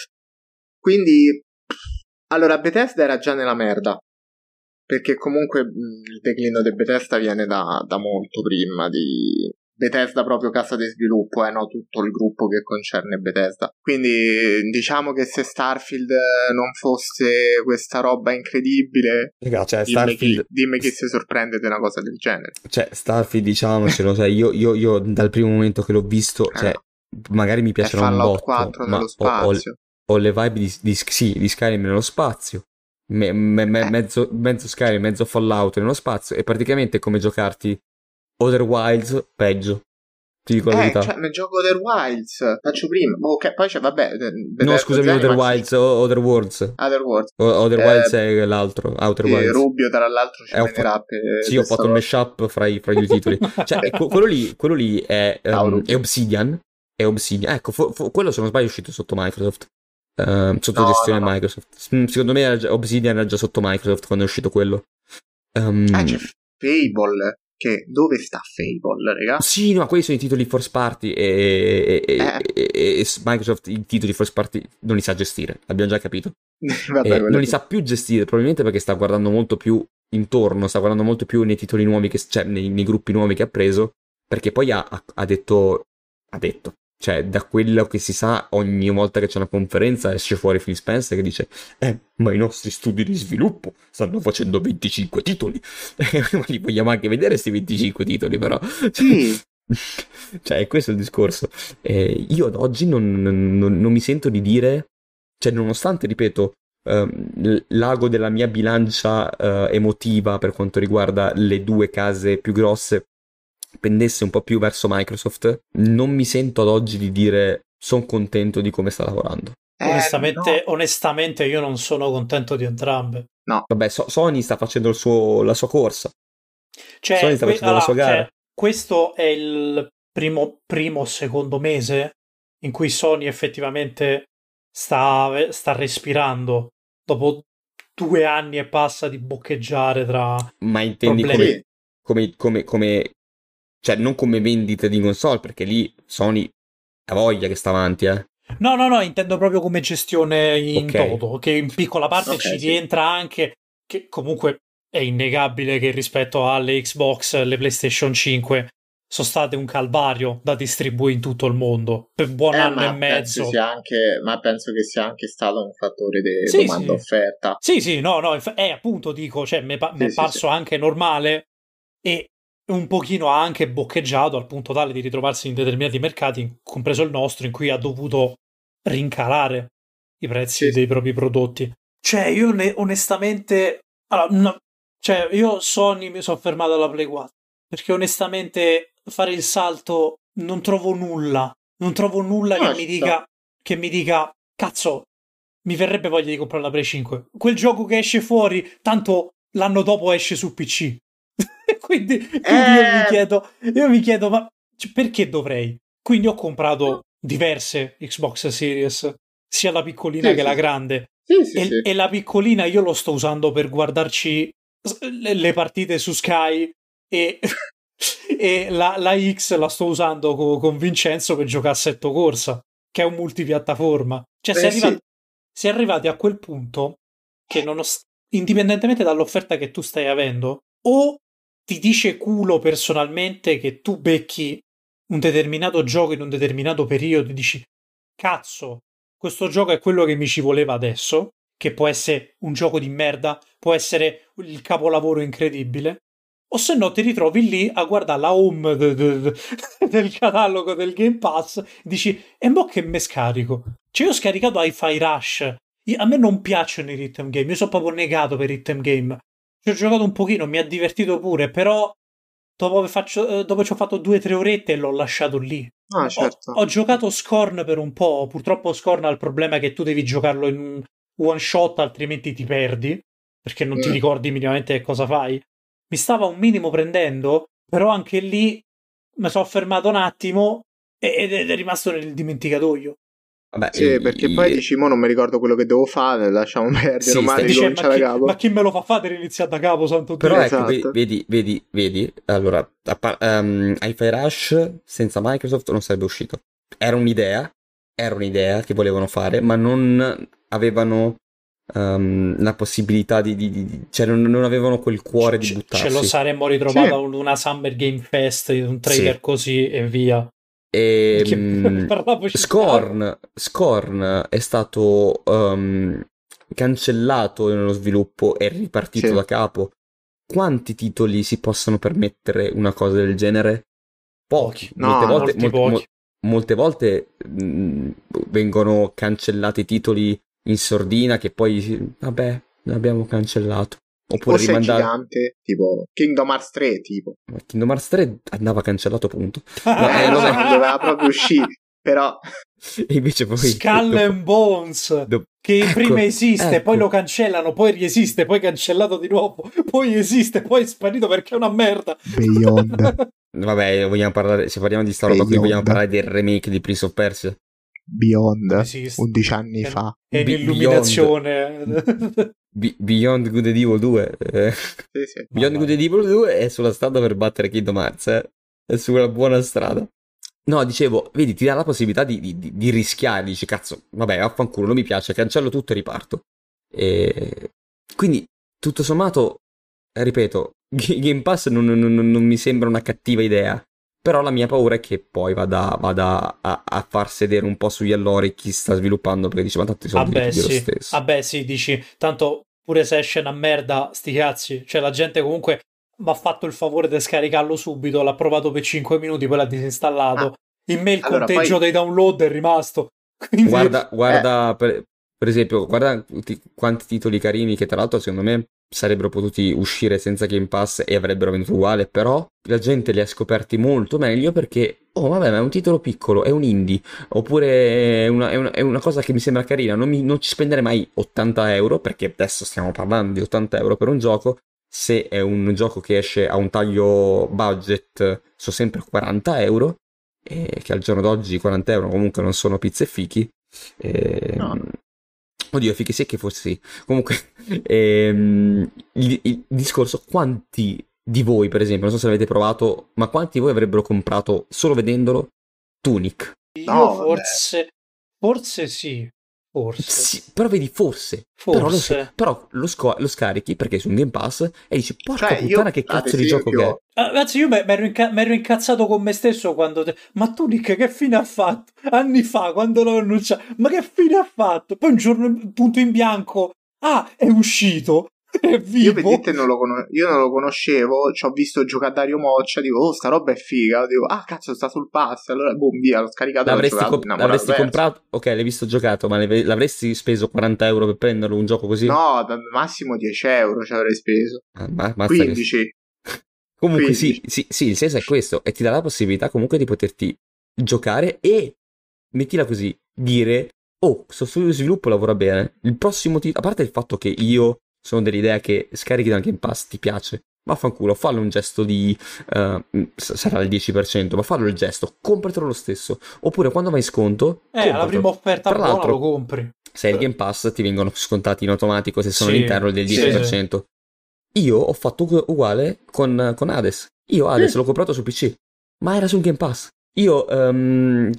Quindi, allora, Bethesda era già nella merda, perché comunque mh, il declino di Bethesda viene da, da molto prima di... Bethesda proprio casa di sviluppo, eh, no? Tutto il gruppo che concerne Bethesda. Quindi diciamo che se Starfield non fosse questa roba incredibile, Raga, cioè, dimmi, Starfield... chi, dimmi chi si sorprende di una cosa del genere. Cioè, Starfield, diciamocelo, cioè, io, io, io dal primo momento che l'ho visto, cioè, Eh. magari mi È piacerà un Fallout botto, quattro ma nello ho, ho, spazio. ho le vibe di, di, sì, di Skyrim nello spazio, me, me, me, Eh. mezzo, mezzo Skyrim, mezzo Fallout nello spazio, e praticamente è come giocarti Other Wilds peggio, ti dico la Eh, verità. cioè, mi gioco Other Wilds, faccio prima. Ok, poi c'è, vabbè, No, scusami, Other Wilds, o Other Worlds. Other Worlds. O- Other Eh, Wilds è l'altro, Outer Sì, Wilds. Rubio, tra l'altro, ci Eh, ho menerà fa- per Sì, ho fatto il questa mashup fra i, fra i due titoli. Cioè, e que- quello lì, quello lì è, Ciao, um, Rubio. è Obsidian. È Obsidian. Ecco, fo- fo- quello se non sbaglio è uscito sotto Microsoft. Ehm, sotto No, gestione no, no. Microsoft. Mm, Secondo me era già- Obsidian era già sotto Microsoft quando è uscito quello. Ehm, Ah, c'è Fable. Che dove sta Fable, raga? Sì, no, quelli sono i titoli first party e, e- e- Eh. e- e Microsoft i titoli first party non li sa gestire, abbiamo già capito. Vabbè, Eh, quello non li sì. sa più gestire, probabilmente perché sta guardando molto più intorno, sta guardando molto più nei titoli nuovi, che, cioè nei, nei gruppi nuovi che ha preso, perché poi ha, ha- ha detto, ha detto, cioè da quello che si sa, ogni volta che c'è una conferenza esce fuori Phil Spencer che dice, eh, ma i nostri studi di sviluppo stanno facendo venticinque titoli, ma li vogliamo anche vedere questi venticinque titoli però. Sì. Cioè, questo è il discorso. Eh, io ad oggi non, non- non mi sento di dire, cioè, nonostante, ripeto, ehm, l'ago della mia bilancia eh, emotiva per quanto riguarda le due case più grosse pendesse un po' più verso Microsoft, non mi sento ad oggi di dire sono contento di come sta lavorando. Eh, onestamente, no. onestamente io non sono contento di entrambe. Vabbè, So- Sony sta facendo il suo- la sua corsa. Cioè, Sony sta que- facendo la sua allora, gara. cioè, questo è il primo, primo secondo mese in cui Sony effettivamente sta, sta respirando dopo due anni e passa di boccheggiare tra Ma intendi problemi. come, come, come, come, cioè non come vendite di console, perché lì Sony ha voglia che sta avanti, eh. No, no, no, intendo proprio come gestione in Ok. toto, che in piccola parte Ok, ci sì. rientra anche, che comunque è innegabile che rispetto alle Xbox e alle PlayStation cinque sono state un calvario da distribuire in tutto il mondo per un buon Eh, anno ma e mezzo. penso sia anche, ma penso che sia anche stato un fattore di Sì, domanda-offerta. Sì, sì, no, no, inf- eh, appunto dico, cioè, mi è pa- Sì, mi è sì, parso sì. anche normale e un pochino ha anche boccheggiato al punto tale di ritrovarsi in determinati mercati, compreso il nostro, in cui ha dovuto rincalare i prezzi Sì, dei propri prodotti. Cioè, io ne- onestamente... Allora, no, cioè, io Sony mi sono fermato alla Play quattro, perché onestamente fare il salto non trovo nulla, non trovo nulla No, che mi ci dica, che mi dica, cazzo, mi verrebbe voglia di comprare la Play cinque. Quel gioco che esce fuori, tanto l'anno dopo esce su P C. quindi quindi io mi Eh. chiedo, io mi chiedo, ma cioè, perché dovrei? Quindi ho comprato diverse Xbox Series, sia la piccolina Sì, che sì, la sì. grande. Sì, sì, E, sì. e la piccolina io lo sto usando per guardarci s- le, le partite su Sky e, e la, la X la sto usando co- con Vincenzo per giocare a Assetto Corsa, che è un multipiattaforma. Cioè, si, è Eh, arrivati, sì. si è arrivati a quel punto che, nonost- indipendentemente dall'offerta che tu stai avendo, o ti dice culo personalmente che tu becchi un determinato gioco in un determinato periodo e dici cazzo, questo gioco è quello che mi ci voleva adesso, che può essere un gioco di merda, può essere il capolavoro incredibile, o se no ti ritrovi lì a guardare la home de, de, de, del catalogo del Game Pass, dici, e mo che me scarico? Cioè io ho scaricato Hi-Fi Rush, io, a me non piacciono i rhythm game, io sono proprio negato per i rhythm game, ci ho giocato un pochino, mi ha divertito pure, però dopo che faccio, dopo ci ho fatto due o tre orette e l'ho lasciato lì. Ah, certo. Ho, ho giocato Scorn per un po', purtroppo Scorn ha il problema che tu devi giocarlo in one shot, altrimenti ti perdi, perché non mm. ti ricordi minimamente che cosa fai. Mi stava un minimo prendendo, però anche lì mi sono fermato un attimo ed è rimasto nel dimenticatoio. Vabbè, sì, i, perché i, poi dici, mo non mi ricordo quello che devo fare, lasciamo perdere, sì, domani ricomincia da chi, capo. Ma chi me lo fa fare per iniziare da capo, santo Però Dio? ecco, esatto. vedi, vedi, vedi, allora, um, Hi-Fi Rush senza Microsoft non sarebbe uscito. Era un'idea, era un'idea che volevano fare, ma non avevano um, la possibilità di, di, di cioè non, non avevano quel cuore C- di buttarsi. Ce lo saremmo ritrovato a sì. una Summer Game Fest, un trailer sì. così e via. E, Scorn, Scorn è stato um, cancellato nello sviluppo e ripartito sì. da capo. Quanti titoli si possono permettere una cosa del genere? Pochi. No, molte volte, molti mol- pochi. Mol- molte volte mh, vengono cancellati titoli in sordina che poi vabbè, l'abbiamo cancellato. Oppure o rimandare... gigante, tipo Kingdom Hearts tre, tipo. Kingdom Hearts tre andava cancellato, punto. No, eh, lo so, non doveva proprio uscire, però... E invece poi... Skull dopo... and Bones, dopo... che ecco, prima esiste, ecco. poi lo cancellano, poi riesiste, poi cancellato di nuovo, poi esiste, poi è sparito perché è una merda. Beyond. Vabbè, vogliamo parlare, se parliamo di sta roba qui, vogliamo parlare del remake di Prince of Persia. Beyond, undici anni è, fa. È un'illuminazione. Beyond, Be- Beyond Good and Evil due. Eh. Sì, sì. Beyond Good and Evil due è sulla strada per battere Kingdom Hearts, eh. È sulla buona strada. No, dicevo, vedi, ti dà la possibilità di, di, di rischiare, dici, cazzo, vabbè, vaffanculo, non mi piace, cancello tutto e riparto. E... Quindi, tutto sommato, ripeto, Game Pass non, non, non, non mi sembra una cattiva idea. Però la mia paura è che poi vada, vada a, a far sedere un po' sugli allori chi sta sviluppando, perché dice, ma tanto i soldi Vabbè, li sì. lo stesso. Vabbè sì, dici, tanto pure se esce una merda, sti cazzi, cioè la gente comunque mi ha fatto il favore di scaricarlo subito, l'ha provato per cinque minuti, poi l'ha disinstallato. Ah, in me il allora, conteggio poi... dei download è rimasto. Quindi... Guarda, guarda eh. per, per esempio, guarda quanti titoli carini che tra l'altro secondo me sarebbero potuti uscire senza Game Pass e avrebbero venduto uguale, però la gente li ha scoperti molto meglio perché, oh vabbè, ma è un titolo piccolo, è un indie, oppure è una, è una, è una cosa che mi sembra carina, non, mi, non ci spenderei mai ottanta euro, perché adesso stiamo parlando di ottanta euro per un gioco, se è un gioco che esce a un taglio budget sono sempre quaranta euro, e che al giorno d'oggi quaranta euro comunque non sono pizze e fichi, e... no. Oddio, fichi secchi forse sì. Comunque, ehm, il, il discorso, quanti di voi, per esempio, non so se l'avete provato, ma quanti di voi avrebbero comprato, solo vedendolo, Tunic? Io no, forse, forse sì. Forse. Sì, però vedi, forse. Forse. Però, lo, però lo, sco- lo scarichi perché è su un Game Pass e dici, porca cioè, puttana, io, che cazzo di gioco che è. Ah, anzi, io mi ero, inca- ero incazzato con me stesso quando... Te... Ma Tunic che fine ha fatto? Anni fa, quando l'ho annunciato. Ma che fine ha fatto? Poi un giorno, punto in bianco, ah, è uscito. È vivo. Io per dirti non lo con- io non lo conoscevo, ci ho visto giocare Dario Moccia, dico, oh, sta roba è figa, dico, ah, cazzo, sta sul pass, allora, boom, via, l'ho scaricato. L'avresti, giocato, comp- l'avresti comprato? Ok, l'hai visto giocato, ma l'avresti speso quaranta euro per prenderlo un gioco così? No, massimo dieci euro ci avrei speso. Ah, ma, quindici. Che... Comunque quindici. Sì, sì, sì, il senso è questo, e ti dà la possibilità comunque di poterti giocare e, mettila così, dire, oh, questo studio di sviluppo lavora bene, il prossimo titolo, a parte il fatto che io sono dell'idea che scarichi da Game Pass, ti piace, vaffanculo, fallo un gesto di uh, sarà il dieci per cento, ma fallo il gesto, compratelo lo stesso, oppure quando vai in sconto eh la prima offerta tra buona l'altro lo compri, se hai il Game Pass ti vengono scontati in automatico se sono sì, all'interno del dieci per cento. Sì. Io ho fatto uguale con, con Hades, io Hades mm. l'ho comprato su P C, ma era sul Game Pass. Io um,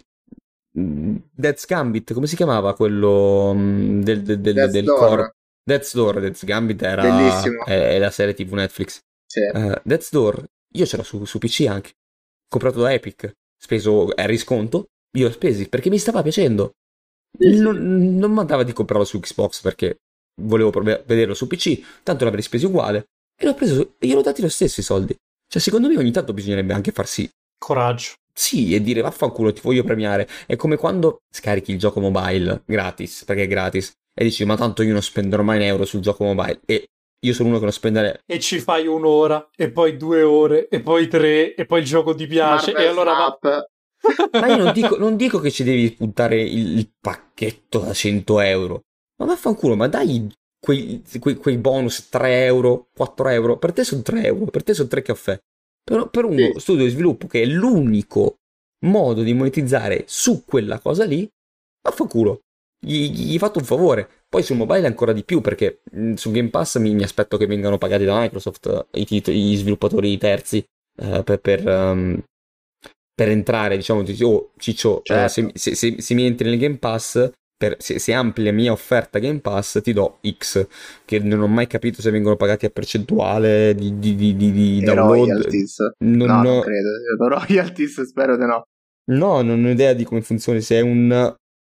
Death's Gambit, come si chiamava quello um, del, del, del, del core? Death's Door, Death's Gambit era bellissimo. È, è la serie tivù Netflix. Sì. Uh, Death's Door, io c'ero su, su P C anche, comprato da Epic, speso a risconto, io l'ho spesi perché mi stava piacendo. non, non mi andava di comprarlo su Xbox perché volevo prov- vederlo su P C, tanto l'avrei speso uguale, e l'ho preso e gliel'ho dati lo stesso i soldi. Cioè, secondo me ogni tanto bisognerebbe anche farsi Coraggio. sì, e dire vaffanculo, ti voglio premiare. È come quando scarichi il gioco mobile gratis, perché è gratis, e dici ma tanto io non spenderò mai un euro sul gioco mobile, e io sono uno che non spendere. E ci fai un'ora, e poi due ore, e poi tre, e poi il gioco ti piace, Marvel e allora va... Snap. Ma io non dico, non dico che ci devi puntare il, il pacchetto da cento euro, ma vaffanculo, ma dai quei, quei, quei bonus tre euro, quattro euro, per te sono tre euro, per te sono tre caffè. Per, per uno Sì. studio di sviluppo che è l'unico modo di monetizzare su quella cosa lì, vaffanculo, gli, gli fatto un favore. Poi sul mobile ancora di più, perché mh, su Game Pass mi, mi aspetto che vengano pagati da Microsoft eh, i, tit- gli sviluppatori terzi eh, per, per, um, per entrare, diciamo, dici, oh Ciccio, eh, Certo. se, se, se, se mi entri nel Game Pass, per, se, se ampli la mia offerta Game Pass, ti do X, che non ho mai capito se vengono pagati a percentuale di, di, di, di, di E download. royalties? Non No, non ho, credo. Royalties spero di no. no, non ho idea di come funzioni, se è un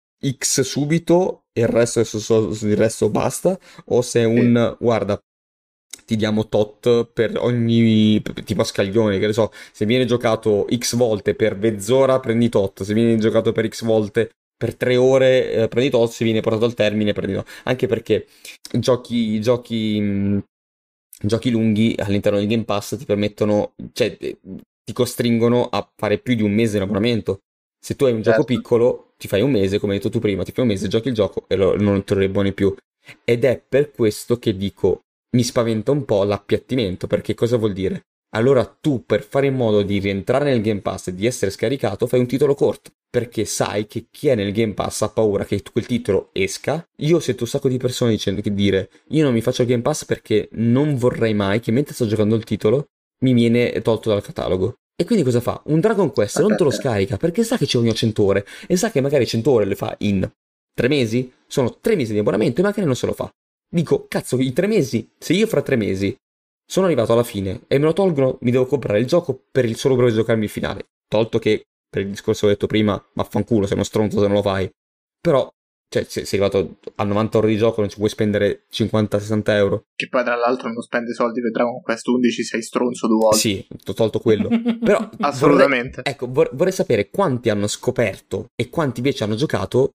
X subito e il resto, adesso so- il resto basta, o se è un, guarda, ti diamo tot per ogni, tipo a scaglioni, che ne so, se viene giocato X volte per mezz'ora prendi tot, se viene giocato per X volte per tre ore eh, prendi tot, se viene portato al termine prendi tot, anche perché giochi, giochi, mh, giochi lunghi all'interno del Game Pass ti permettono, cioè eh, ti costringono a fare più di un mese in abbonamento. Se tu hai un gioco Certo. piccolo, ti fai un mese, come hai detto tu prima, ti fai un mese, giochi il gioco e lo, non te lo ribboni più. Ed è per questo che dico, mi spaventa un po' l'appiattimento, perché cosa vuol dire? Allora tu, per fare in modo di rientrare nel Game Pass e di essere scaricato, fai un titolo corto, perché sai che chi è nel Game Pass ha paura che quel titolo esca. Io sento un sacco di persone dicendo che dire, io non mi faccio il Game Pass perché non vorrei mai che mentre sto giocando il titolo mi viene tolto dal catalogo. E quindi cosa fa? Un Dragon Quest non te lo scarica perché sa che ci vogliono cento ore e sa che magari cento ore le fa in tre mesi, sono tre mesi di abbonamento e magari non se lo fa. Dico, cazzo, i tre mesi, se io fra tre mesi sono arrivato alla fine e me lo tolgono, mi devo comprare il gioco per il solo per giocarmi il finale. Tolto che, per il discorso che ho detto prima, vaffanculo, sei uno stronzo se non lo fai. Però, cioè, se sei arrivato a novanta ore di gioco non ci puoi spendere cinquanta sessanta euro. Che poi tra l'altro non spende soldi per Dragon Quest undici, sei stronzo due volte. Sì, ho tolto quello. Però, assolutamente. Vorrei, ecco, vor- vorrei sapere quanti hanno scoperto e quanti invece hanno giocato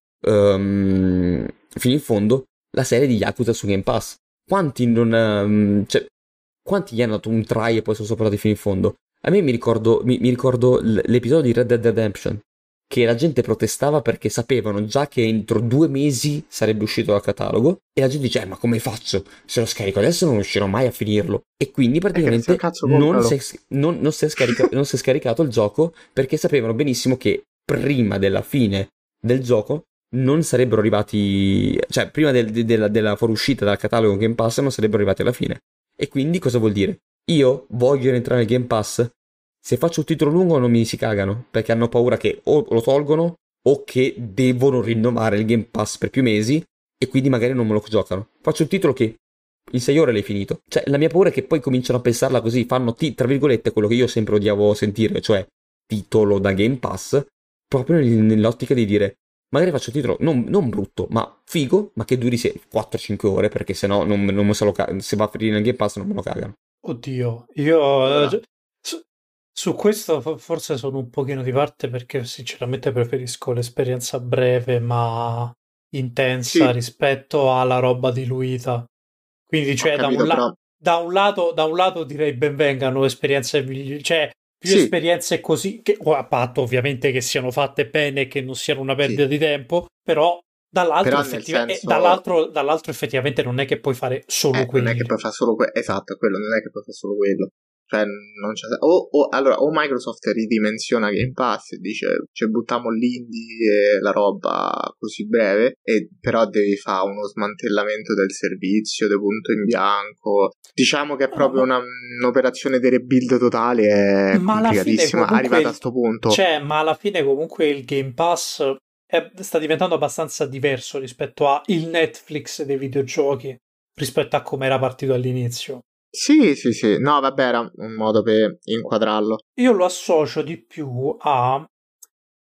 um, fino in fondo la serie di Yakuza su Game Pass. Quanti non... Um, cioè, quanti gli hanno dato un try e poi sono sopportati fino in fondo? A me mi ricordo, mi, mi ricordo l- l'episodio di Red Dead Redemption, che la gente protestava perché sapevano già che entro due mesi sarebbe uscito dal catalogo, e la gente dice, eh, ma come faccio? Se lo scarico adesso non riuscirò mai a finirlo. E quindi praticamente cazzo, non, si è, non, non, si è scarica- non si è scaricato il gioco, perché sapevano benissimo che prima della fine del gioco non sarebbero arrivati, cioè prima del, de, della, della fuoriuscita dal catalogo Game Pass non sarebbero arrivati alla fine. E quindi cosa vuol dire? Io voglio entrare nel Game Pass? Se faccio un titolo lungo non mi si cagano, perché hanno paura che o lo tolgono o che devono rinnovare il Game Pass per più mesi e quindi magari non me lo giocano. Faccio un titolo che in sei ore l'hai finito. Cioè, la mia paura è che poi cominciano a pensarla così, fanno, t- tra virgolette, quello che io sempre odiavo sentire, cioè titolo da Game Pass, proprio nell'ottica di dire, magari faccio un titolo non, non brutto, ma figo, ma che duri quattro cinque ore, perché sennò non, non me se, lo ca- se va a finire nel Game Pass non me lo cagano. Oddio, io allora. su, su questo forse sono un pochino di parte, perché sinceramente preferisco l'esperienza breve ma intensa sì. rispetto alla roba diluita. Quindi, cioè, da un, la- da, un lato, da un lato direi benvengano esperienze migliori, cioè più sì. esperienze così, che, a patto ovviamente che siano fatte bene e che non siano una perdita sì. di tempo, però dall'altro, però effettiva- senso... eh, dall'altro, dall'altro effettivamente non è che puoi fare solo eh, quello. Non è che puoi fare solo quello, esatto, quello, non è che puoi fare solo quello. Cioè, non c'è... O, o, allora, o Microsoft ridimensiona Game Pass e dice, cioè, buttiamo l'indie e la roba così breve, e però devi fare uno smantellamento del servizio, di punto in bianco. Diciamo che è proprio una, un'operazione di rebuild totale, è ma complicatissima, arrivata a sto punto. Cioè, ma alla fine comunque il Game Pass è, sta diventando abbastanza diverso rispetto a il Netflix dei videogiochi, rispetto a come era partito all'inizio. Sì, sì, sì. No, vabbè, era un modo per inquadrarlo. Io lo associo di più a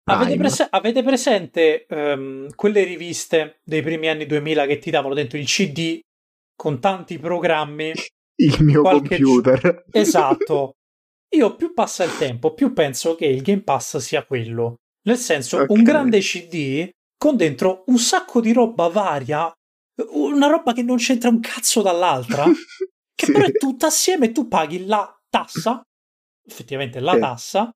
Avete, prese- avete presente um, quelle riviste dei primi anni duemila che ti davano dentro il C D con tanti programmi? Il mio computer. Gi- esatto. Io più passa il tempo, più penso che il Game Pass sia quello. Nel senso, okay. Un grande C D con dentro un sacco di roba varia, una roba che non c'entra un cazzo dall'altra, che sì. Però è tutta assieme, tu paghi la tassa, effettivamente la sì. tassa,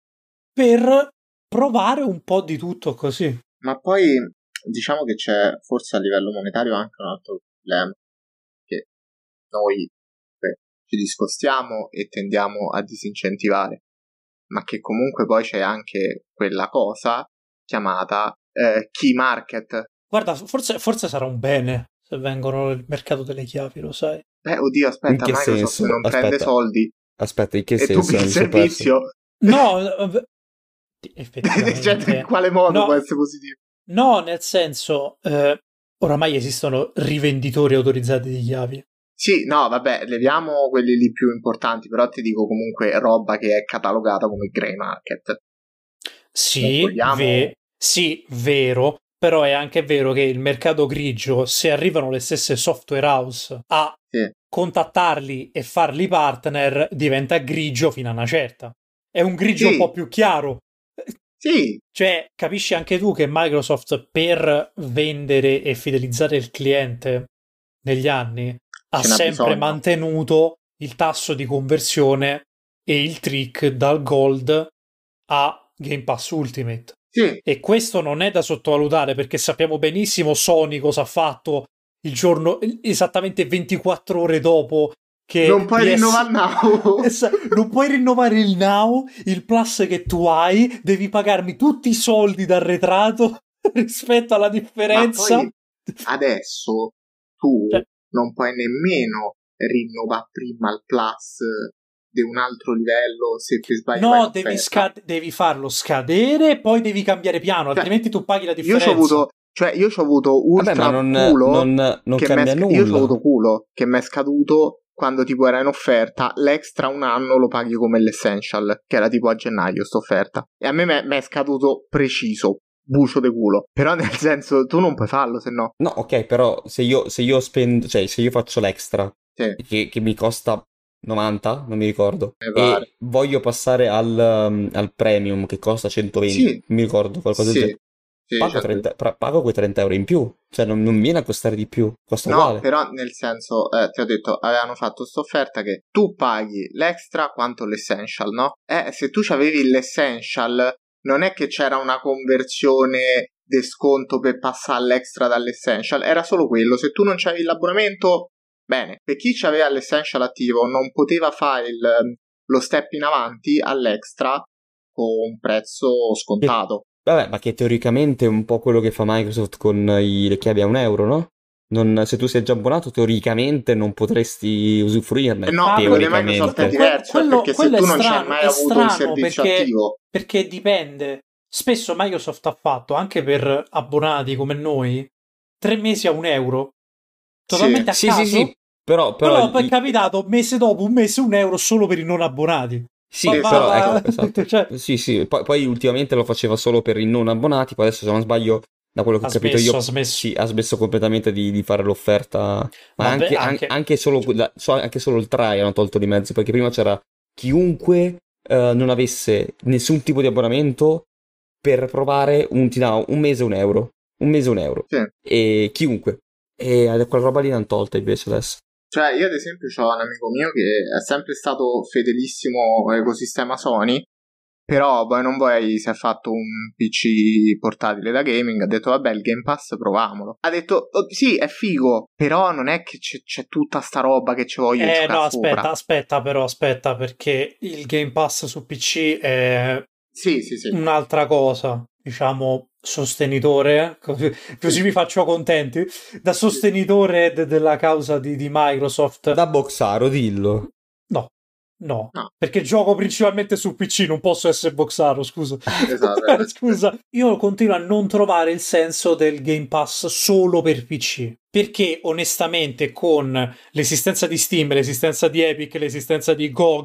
per provare un po' di tutto così. Ma poi diciamo che c'è forse a livello monetario anche un altro problema, che noi beh, ci discostiamo e tendiamo a disincentivare, ma che comunque poi c'è anche quella cosa chiamata eh, key market. Guarda, forse, forse sarà un bene se vengono nel mercato delle chiavi, lo sai. Beh, oddio, aspetta, Microsoft senso? non aspetta. prende soldi. Aspetta, in che e senso? tu il servizio? No, effettivamente. Cioè, in quale modo no, può essere positivo? No, nel senso, eh, oramai esistono rivenditori autorizzati di chiavi. Sì, no, vabbè, leviamo quelli lì più importanti, però ti dico comunque roba che è catalogata come grey market. Sì, vogliamo... ve- sì, vero, però è anche vero che il mercato grigio, se arrivano le stesse software house a sì. contattarli e farli partner, diventa grigio fino a una certa. È un grigio sì. un po' più chiaro. Sì. Cioè, capisci anche tu che Microsoft per vendere e fidelizzare il cliente negli anni ha sempre bisogno. mantenuto il tasso di conversione e il trick dal Gold a Game Pass Ultimate. Sì. E questo non è da sottovalutare, perché sappiamo benissimo Sony cosa ha fatto il giorno esattamente ventiquattro ore dopo che non puoi P S... rinnovare il Now. Non puoi rinnovare il Now, il Plus che tu hai, devi pagarmi tutti i soldi d'arretrato rispetto alla differenza. Ma poi adesso tu cioè... non puoi nemmeno rinnovare prima il Plus di un altro livello se ti sbagli. No, devi, scad- devi farlo scadere e poi devi cambiare piano, cioè, altrimenti tu paghi la differenza. Io c'ho avuto, cioè io c'ho avuto ultra Vabbè, non, culo non, non che cambia sc- nulla. Io c'ho avuto culo che mi è scaduto quando tipo era in offerta, l'extra un anno lo paghi come l'essential, che era tipo a gennaio sta offerta. E a me mi è scaduto preciso, bucio de culo. Però nel senso, tu non puoi farlo, se no. No, ok, però se io, se io spendo, cioè se io faccio l'extra, sì. che, che mi costa novanta, non mi ricordo, e voglio passare al, um, al premium che costa centoventi, sì. mi ricordo, qualcosa sì. del genere. Sì, pago, certo. trenta, pago quei trenta euro in più, cioè non, non viene a costare di più, costa no, uguale. Però nel senso, eh, ti ho detto, avevano fatto sta offerta che tu paghi l'extra quanto l'essential, no? Eh, se tu c'avevi l'essential, non è che c'era una conversione di sconto per passare all'extra dall'essential, era solo quello. Se tu non c'avevi l'abbonamento, bene. Per chi c'aveva l'essential attivo non poteva fare il, lo step in avanti all'extra con un prezzo scontato. Vabbè, ma che teoricamente è un po' quello che fa Microsoft con i, le chiavi a un euro, no? Non, se tu sei già abbonato, teoricamente non potresti usufruirne. Eh no, quello di Microsoft è diverso, quello, perché quello se tu non strano, c'hai mai avuto un servizio perché, attivo. Perché dipende. Spesso Microsoft ha fatto, anche per abbonati come noi, tre mesi a un euro. Totalmente sì. a caso. Sì, sì, sì. Però, però, però il... è capitato un mese dopo, un mese un euro solo per i non abbonati. Sì, ma però va... ecco, esatto. cioè... Sì, sì, poi, poi ultimamente lo faceva solo per i non abbonati, poi adesso se non sbaglio, da quello che ho ha capito smesso, io, ha smesso. Sì, ha smesso completamente di, di fare l'offerta, ma Vabbè, anche, anche... anche, solo, anche solo il try hanno tolto di mezzo, perché prima c'era chiunque uh, non avesse nessun tipo di abbonamento per provare un, ti dà un mese un euro, un mese un euro, sì. E chiunque, e quella roba lì l'hanno tolta invece adesso. Cioè, io ad esempio ho un amico mio che è sempre stato fedelissimo all'ecosistema Sony, però poi non vuoi, si è fatto un P C portatile da gaming, ha detto vabbè il Game Pass proviamolo. Ha detto oh, sì è figo, però non è che c'è, c'è tutta sta roba che ci voglio eh, giocare no, sopra. aspetta, aspetta però, aspetta, perché il Game Pass su P C è sì, sì, sì. un'altra cosa, diciamo sostenitore, così, così sì. vi faccio contenti, da sostenitore de- della causa di, di Microsoft. Da boxaro, dillo. No, no, no, perché gioco principalmente su P C, non posso essere boxaro, scusa. Esatto. Scusa, io continuo a non trovare il senso del Game Pass solo per P C, perché onestamente con l'esistenza di Steam, l'esistenza di Epic, l'esistenza di G O G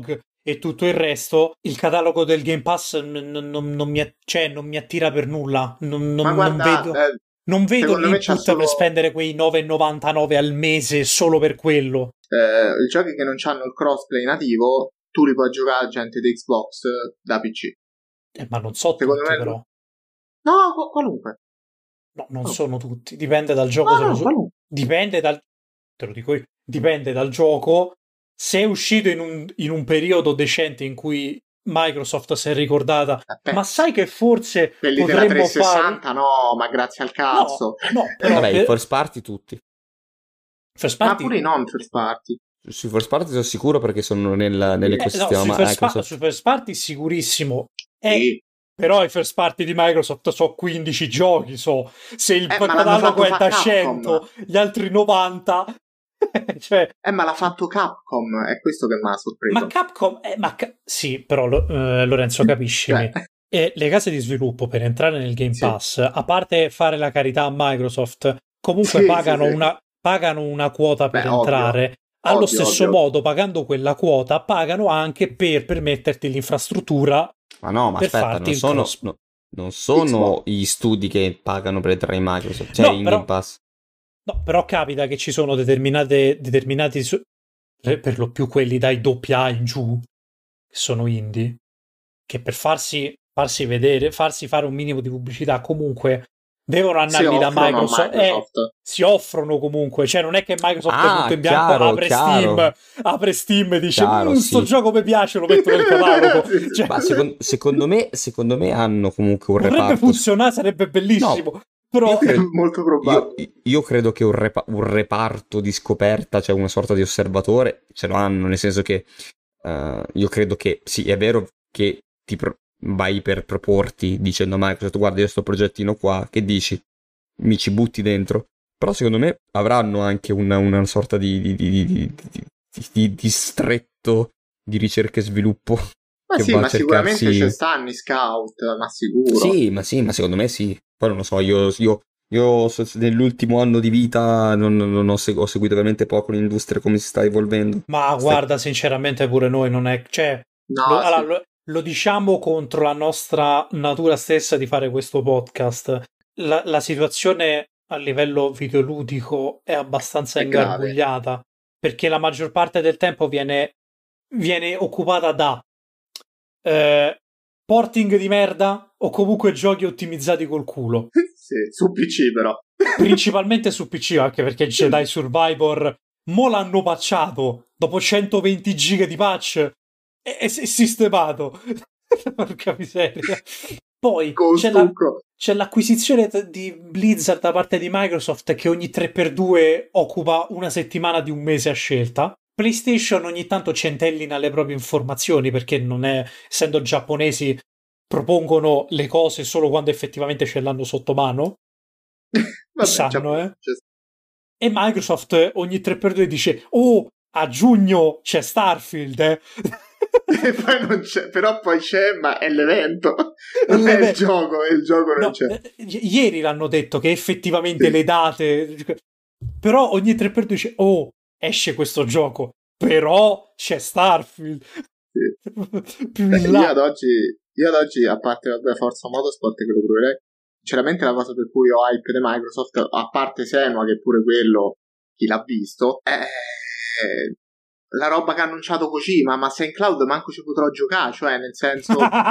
e tutto il resto, il catalogo del Game Pass n- n- non, non mi, cioè, non mi attira per nulla. Non, non, Ma guarda, non vedo, eh, non vedo l'input solo... per spendere quei nove e novantanove al mese solo per quello. Eh, I giochi che non hanno il crossplay nativo, tu li puoi giocare a gente di Xbox da P C. Eh, ma non so Secondo tutti, me... però. No, qu- qualunque. No, non Oh. sono tutti. Dipende dal gioco. No, se no, lo so- qualunque. Dipende dal... Te lo dico io. Dipende dal gioco. Se è uscito in un, in un periodo decente in cui Microsoft si è ricordata, Aspetta. ma sai che forse Quelli della potremmo trecentosessanta fare... no, ma grazie al cazzo. No, no, però Vabbè, per- i first party tutti. first Ma party... pure i non first party. Sui first party sono sicuro perché sono nel, Eh, no, nell'ecosistema sui first, pa- Microsoft. sui first party sicurissimo. Eh, Sì. Però i first party di Microsoft so quindici giochi, so. Se il Eh, ma l'hanno catalogo fatto è fa da Capcom. cento, gli altri novanta... cioè... Eh, ma l'ha fatto Capcom, è questo che mi ha sorpreso. Ma Capcom... Eh, ma ca- sì, però lo- eh, Lorenzo, capiscimi. Cioè, E le case di sviluppo per entrare nel Game Sì. Pass, a parte fare la carità a Microsoft, comunque Sì, pagano, sì, sì. Una, pagano una quota per Beh, ovvio. entrare. Allo Ovvio, stesso ovvio. modo, pagando quella quota, pagano anche per permetterti l'infrastruttura. Ma no, ma per aspetta, farti non il sono, cross. no, non sono Xbox. gli studi che pagano per entrare in Microsoft, cioè No, in però- Game Pass. No, però capita che ci sono determinate, determinati, su- per per lo più quelli dai doppia A in giù, che sono indie, che per farsi, farsi vedere, farsi fare un minimo di pubblicità, comunque devono Si andare da offrono a Microsoft. Eh, Microsoft. si offrono comunque, cioè non è che Microsoft Ah, punto in bianco chiaro, apre chiaro. Steam, apre Steam e dice Chiaro, "Mm, sto sì. gioco mi piace, lo metto nel catalogo. Sì, sì. Cioè, Ma secon- secondo me, secondo me hanno comunque un potrebbe reparto. funzionare, sarebbe bellissimo. Però Io credo- Molto Io, probabile. io credo che un, repa- un reparto di scoperta, cioè una sorta di osservatore, ce lo hanno, nel senso che eh, io credo che sì, è vero che ti pro- vai per proporti dicendo a Microsoft guarda io sto progettino qua, che dici? Mi ci butti dentro? Però secondo me avranno anche una, una sorta di, di, di, di, di, di- di distretto di ricerca e sviluppo. Ma che sì, va a ma sicuramente cercarsi- ci stanno i scout, ma sicuro. Sì, ma sì, ma secondo me sì. Poi non lo so, io, io, io so- nell'ultimo anno di vita non, non ho, segu- ho seguito veramente poco l'industria come si sta evolvendo. Ma guarda, sinceramente pure noi non è... Cioè, No, lo, sì. allora, lo, lo diciamo contro la nostra natura stessa di fare questo podcast. La, la situazione a livello videoludico è abbastanza È grave. ingarbugliata, perché la maggior parte del tempo viene, viene occupata da eh, porting di merda o comunque giochi ottimizzati col culo. Sì, su P C però. Principalmente su P C, anche perché Jedi Survivor mo l'hanno patchato dopo centoventi giga di patch e è sistemato. Porca miseria. Poi Con c'è, la, stucco. c'è l'acquisizione t- di Blizzard da parte di Microsoft che ogni tre per due occupa una settimana di un mese a scelta. PlayStation ogni tanto centellina le proprie informazioni perché non è, essendo giapponesi, propongono le cose solo quando effettivamente ce l'hanno sotto mano. Vabbè, sanno, già- eh. c'è- E Microsoft ogni tre per due dice oh, a giugno c'è Starfield, eh. E poi non c'è, però poi c'è, ma è l'evento. Non è il l'evento. gioco, è il gioco non No, c'è. eh, i- ieri l'hanno detto che effettivamente le date, però ogni tre per due dice oh, esce questo gioco, però c'è Starfield. Più in Io là. ad oggi, io ad oggi, a parte vabbè, Forza Motorsport che lo proverei, sinceramente la cosa per cui ho hype di Microsoft, a parte Senua, che pure quello, chi l'ha visto, è la roba che ha annunciato Kojima, ma se in cloud manco ci potrò giocare, cioè nel senso...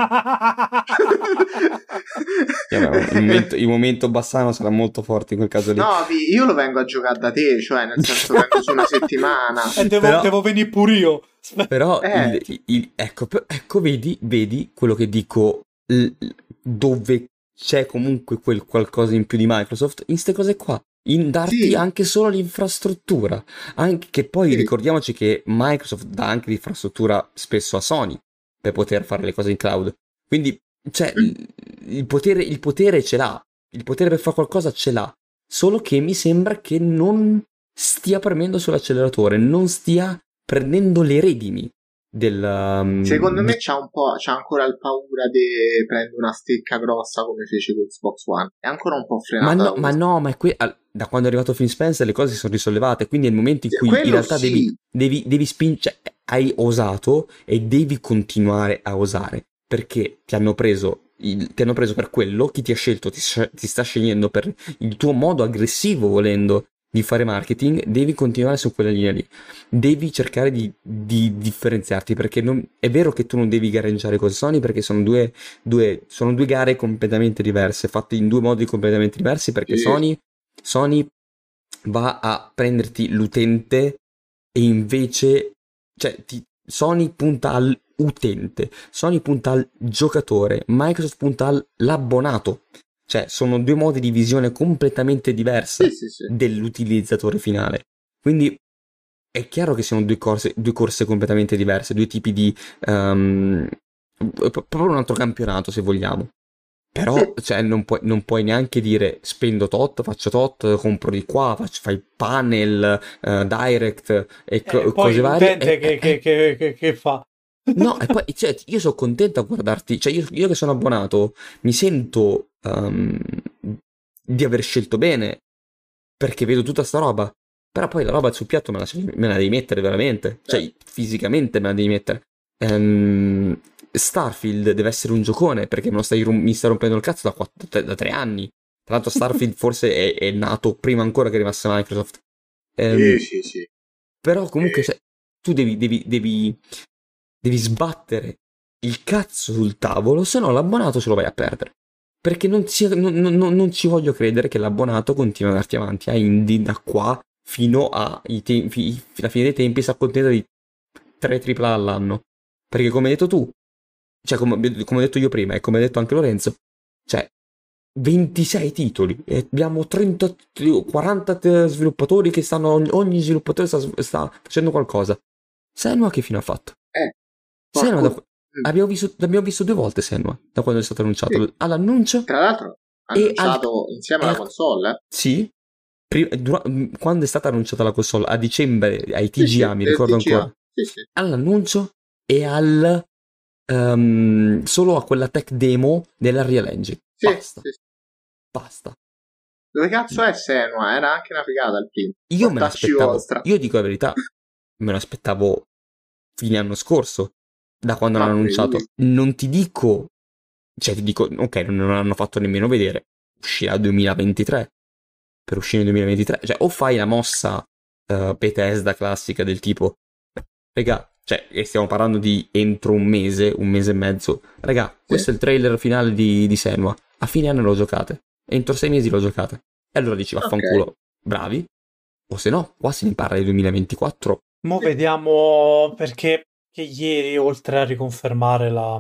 Sì, vabbè, il, momento, il momento Bassano sarà molto forte in quel caso lì. No, vi- io lo vengo a giocare da te, cioè nel senso vengo su una settimana. E devo, Però- devo venire pure io. Però, Eh. il- il- ecco, per- ecco, vedi, vedi quello che dico, l- dove c'è comunque quel qualcosa in più di Microsoft, in queste cose qua, in darti Sì. anche solo l'infrastruttura, anche che poi Sì. ricordiamoci che Microsoft dà anche l'infrastruttura spesso a Sony per poter fare le cose in cloud, quindi, cioè, Mm. il, il potere, il potere ce l'ha, il potere per fare qualcosa ce l'ha, solo che mi sembra che non stia premendo sull'acceleratore, non stia prendendo le redini del um, secondo me di... c'ha un po', c'ha ancora il paura di prendere una stecca grossa come fece con Xbox One, è ancora un po' frenata. Ma no, da ma no, ma è que- da quando è arrivato Phil Spencer le cose si sono risollevate, quindi è il momento in cui in realtà sì. devi, devi, devi spingere, cioè, hai osato e devi continuare a osare, perché ti hanno preso, il, ti hanno preso per quello, chi ti ha scelto ti, ti sta scegliendo per il tuo modo aggressivo, volendo, di fare marketing. Devi continuare su quella linea lì, devi cercare di, di differenziarti, perché non, è vero che tu non devi gareggiare con Sony, perché sono due, due, sono due gare completamente diverse, fatte in due modi completamente diversi, perché Sì. Sony, Sony va a prenderti l'utente e invece, cioè ti, Sony punta all'utente, Sony punta al giocatore, Microsoft punta all'abbonato. Cioè, sono due modi di visione completamente diversa sì, sì, sì. dell'utilizzatore finale. Quindi è chiaro che siano due corse, due corse completamente diverse, due tipi di... Um, proprio un altro campionato, se vogliamo. Però, cioè, non puoi, non puoi neanche dire spendo tot, faccio tot, compro di qua, faccio, fai panel, uh, direct e co- eh, cose varie. L'utente E, che, e, che, che, che, che fa? No, e poi cioè, io sono contento a guardarti, cioè io, io che sono abbonato mi sento um, di aver scelto bene, perché vedo tutta sta roba, però poi la roba sul piatto me la, me la devi mettere veramente, cioè Eh. fisicamente me la devi mettere. Um, Starfield deve essere un giocone, perché me lo stai, mi sta rompendo il cazzo da, quattro, da tre anni. Tra l'altro Starfield forse è, è nato prima ancora che arrivasse Microsoft. Um, sì, sì, sì. Però comunque Eh. cioè, tu devi, devi, devi devi sbattere il cazzo sul tavolo, se no l'abbonato ce lo vai a perdere. Perché non ci, non, non, non ci voglio credere che l'abbonato continua ad andarti avanti a indie da qua fino a i tempi, alla fine dei tempi si accontenta di tre tripla all'anno. Perché come hai detto tu, cioè come, come ho detto io prima e come ha detto anche Lorenzo, cioè ventisei titoli e abbiamo trenta quaranta sviluppatori che stanno, ogni sviluppatore sta, sta facendo qualcosa. Senua che fine ha fatto? Eh. Senua da, abbiamo, visto, abbiamo visto due volte Senua da quando è stato annunciato. Sì. All'annuncio, tra l'altro annunciato al, insieme alla console, eh? Sì, prima, dura, quando è stata annunciata la console a dicembre ai T G A, sì, sì, mi ricordo T G A. ancora, sì, sì. all'annuncio e al um, solo a quella tech demo della Real Engine. Sì, basta sì, sì. basta. Dove cazzo è Senua? Era anche una figata il primo. Io me l'aspettavo, io dico la verità, me l'aspettavo fine anno scorso, da quando l'hanno annunciato. Non ti dico, cioè ti dico, ok, non l'hanno fatto nemmeno vedere, uscirà duemilaventitré. Per uscire nel duemilaventitré, cioè o fai la mossa uh, Bethesda classica del tipo, raga, cioè stiamo parlando di entro un mese, un mese e mezzo, raga, sì. Questo è il trailer finale di, di Senua, a fine anno lo giocate, entro sei mesi lo giocate, e allora dici vaffanculo, okay. Bravi, o se no, qua si ne parla del duemilaventiquattro. Mo vediamo, perché che ieri, oltre a riconfermare la,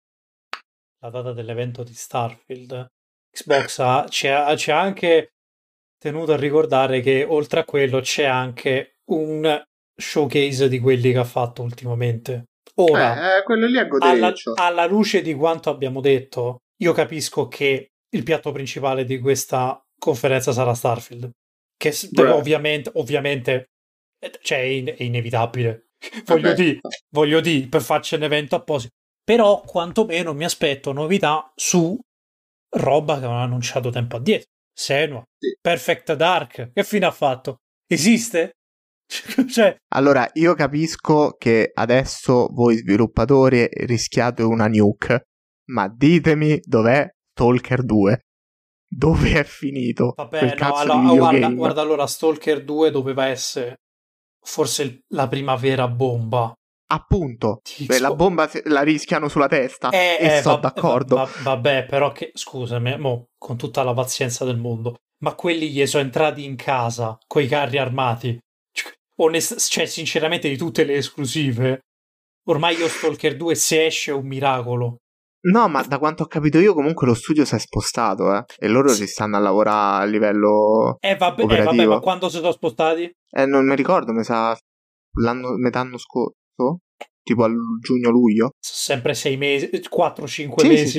la data dell'evento di Starfield, Xbox ha, ci ha, ci ha anche tenuto a ricordare che oltre a quello c'è anche un showcase di quelli che ha fatto ultimamente. Ora, eh, quello lì è alla, alla luce di quanto abbiamo detto, io capisco che il piatto principale di questa conferenza sarà Starfield, che Beh. ovviamente ovviamente cioè è, in, è inevitabile. voglio dire, voglio dire, per farci un evento apposito. Però quantomeno mi aspetto novità su roba che avevano annunciato tempo addietro. Senua, sì. Perfect Dark, che fine ha fatto? Esiste? Cioè... Allora, io capisco che adesso voi sviluppatori rischiate una nuke, ma ditemi dov'è Stalker due? Dove è finito Vabbè, quel no, cazzo allora, di videogame? guarda, guarda, allora Stalker due doveva essere forse la prima vera bomba. Appunto, beh, la bomba la rischiano sulla testa eh, e eh, sto va, d'accordo. Va, va, vabbè, però che, scusami, mo, con tutta la pazienza del mondo, ma quelli gli sono entrati in casa coi carri armati. Onest- cioè, sinceramente, di tutte le esclusive, ormai io Stalker due, se esce, è un miracolo. No, ma da quanto ho capito io comunque lo studio si è spostato, eh, e loro sì. si stanno a lavorare a livello eh vabbè, operativo. Eh vabbè, ma quando si sono spostati? Eh, non mi ricordo, mi sa l'anno, metà anno scorso, tipo a giugno-luglio. Sempre sei mesi, quattro cinque sì, mesi. Sì, sì.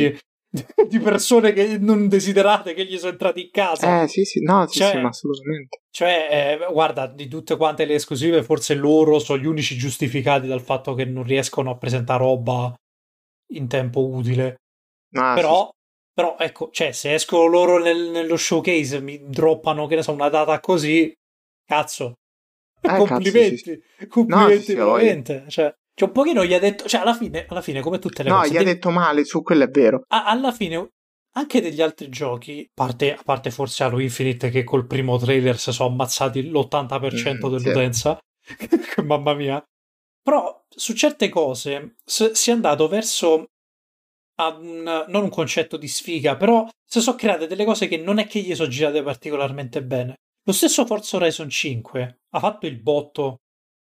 di persone che non desiderate che gli sono entrati in casa. Eh sì sì, no sì cioè, sì, ma assolutamente. Cioè, eh, guarda, di tutte quante le esclusive, forse loro sono gli unici giustificati dal fatto che non riescono a presentare roba in tempo utile. Ah, però, sì, però, ecco, cioè, se escono loro nel- nello showcase, mi droppano, che ne so, una data così, cazzo, sì. Eh cazzo sì, sì. complimenti, No sì complimenti sì, ho voglia. veramente. Cioè, cioè, un pochino gli ha detto, cioè, alla fine, alla fine, come tutte le No, cose, gli ha devi- detto male, su quello è vero. a- alla fine, anche degli altri giochi, a parte, a parte forse Halo Infinite, che col primo trailer si sono ammazzati l'ottanta per cento Mm, sì. dell'utenza, mamma mia. Però su certe cose s- si è andato verso a un, non un concetto di sfiga, però si sono create delle cose che non è che gli sono girate particolarmente bene. Lo stesso Forza Horizon cinque ha fatto il botto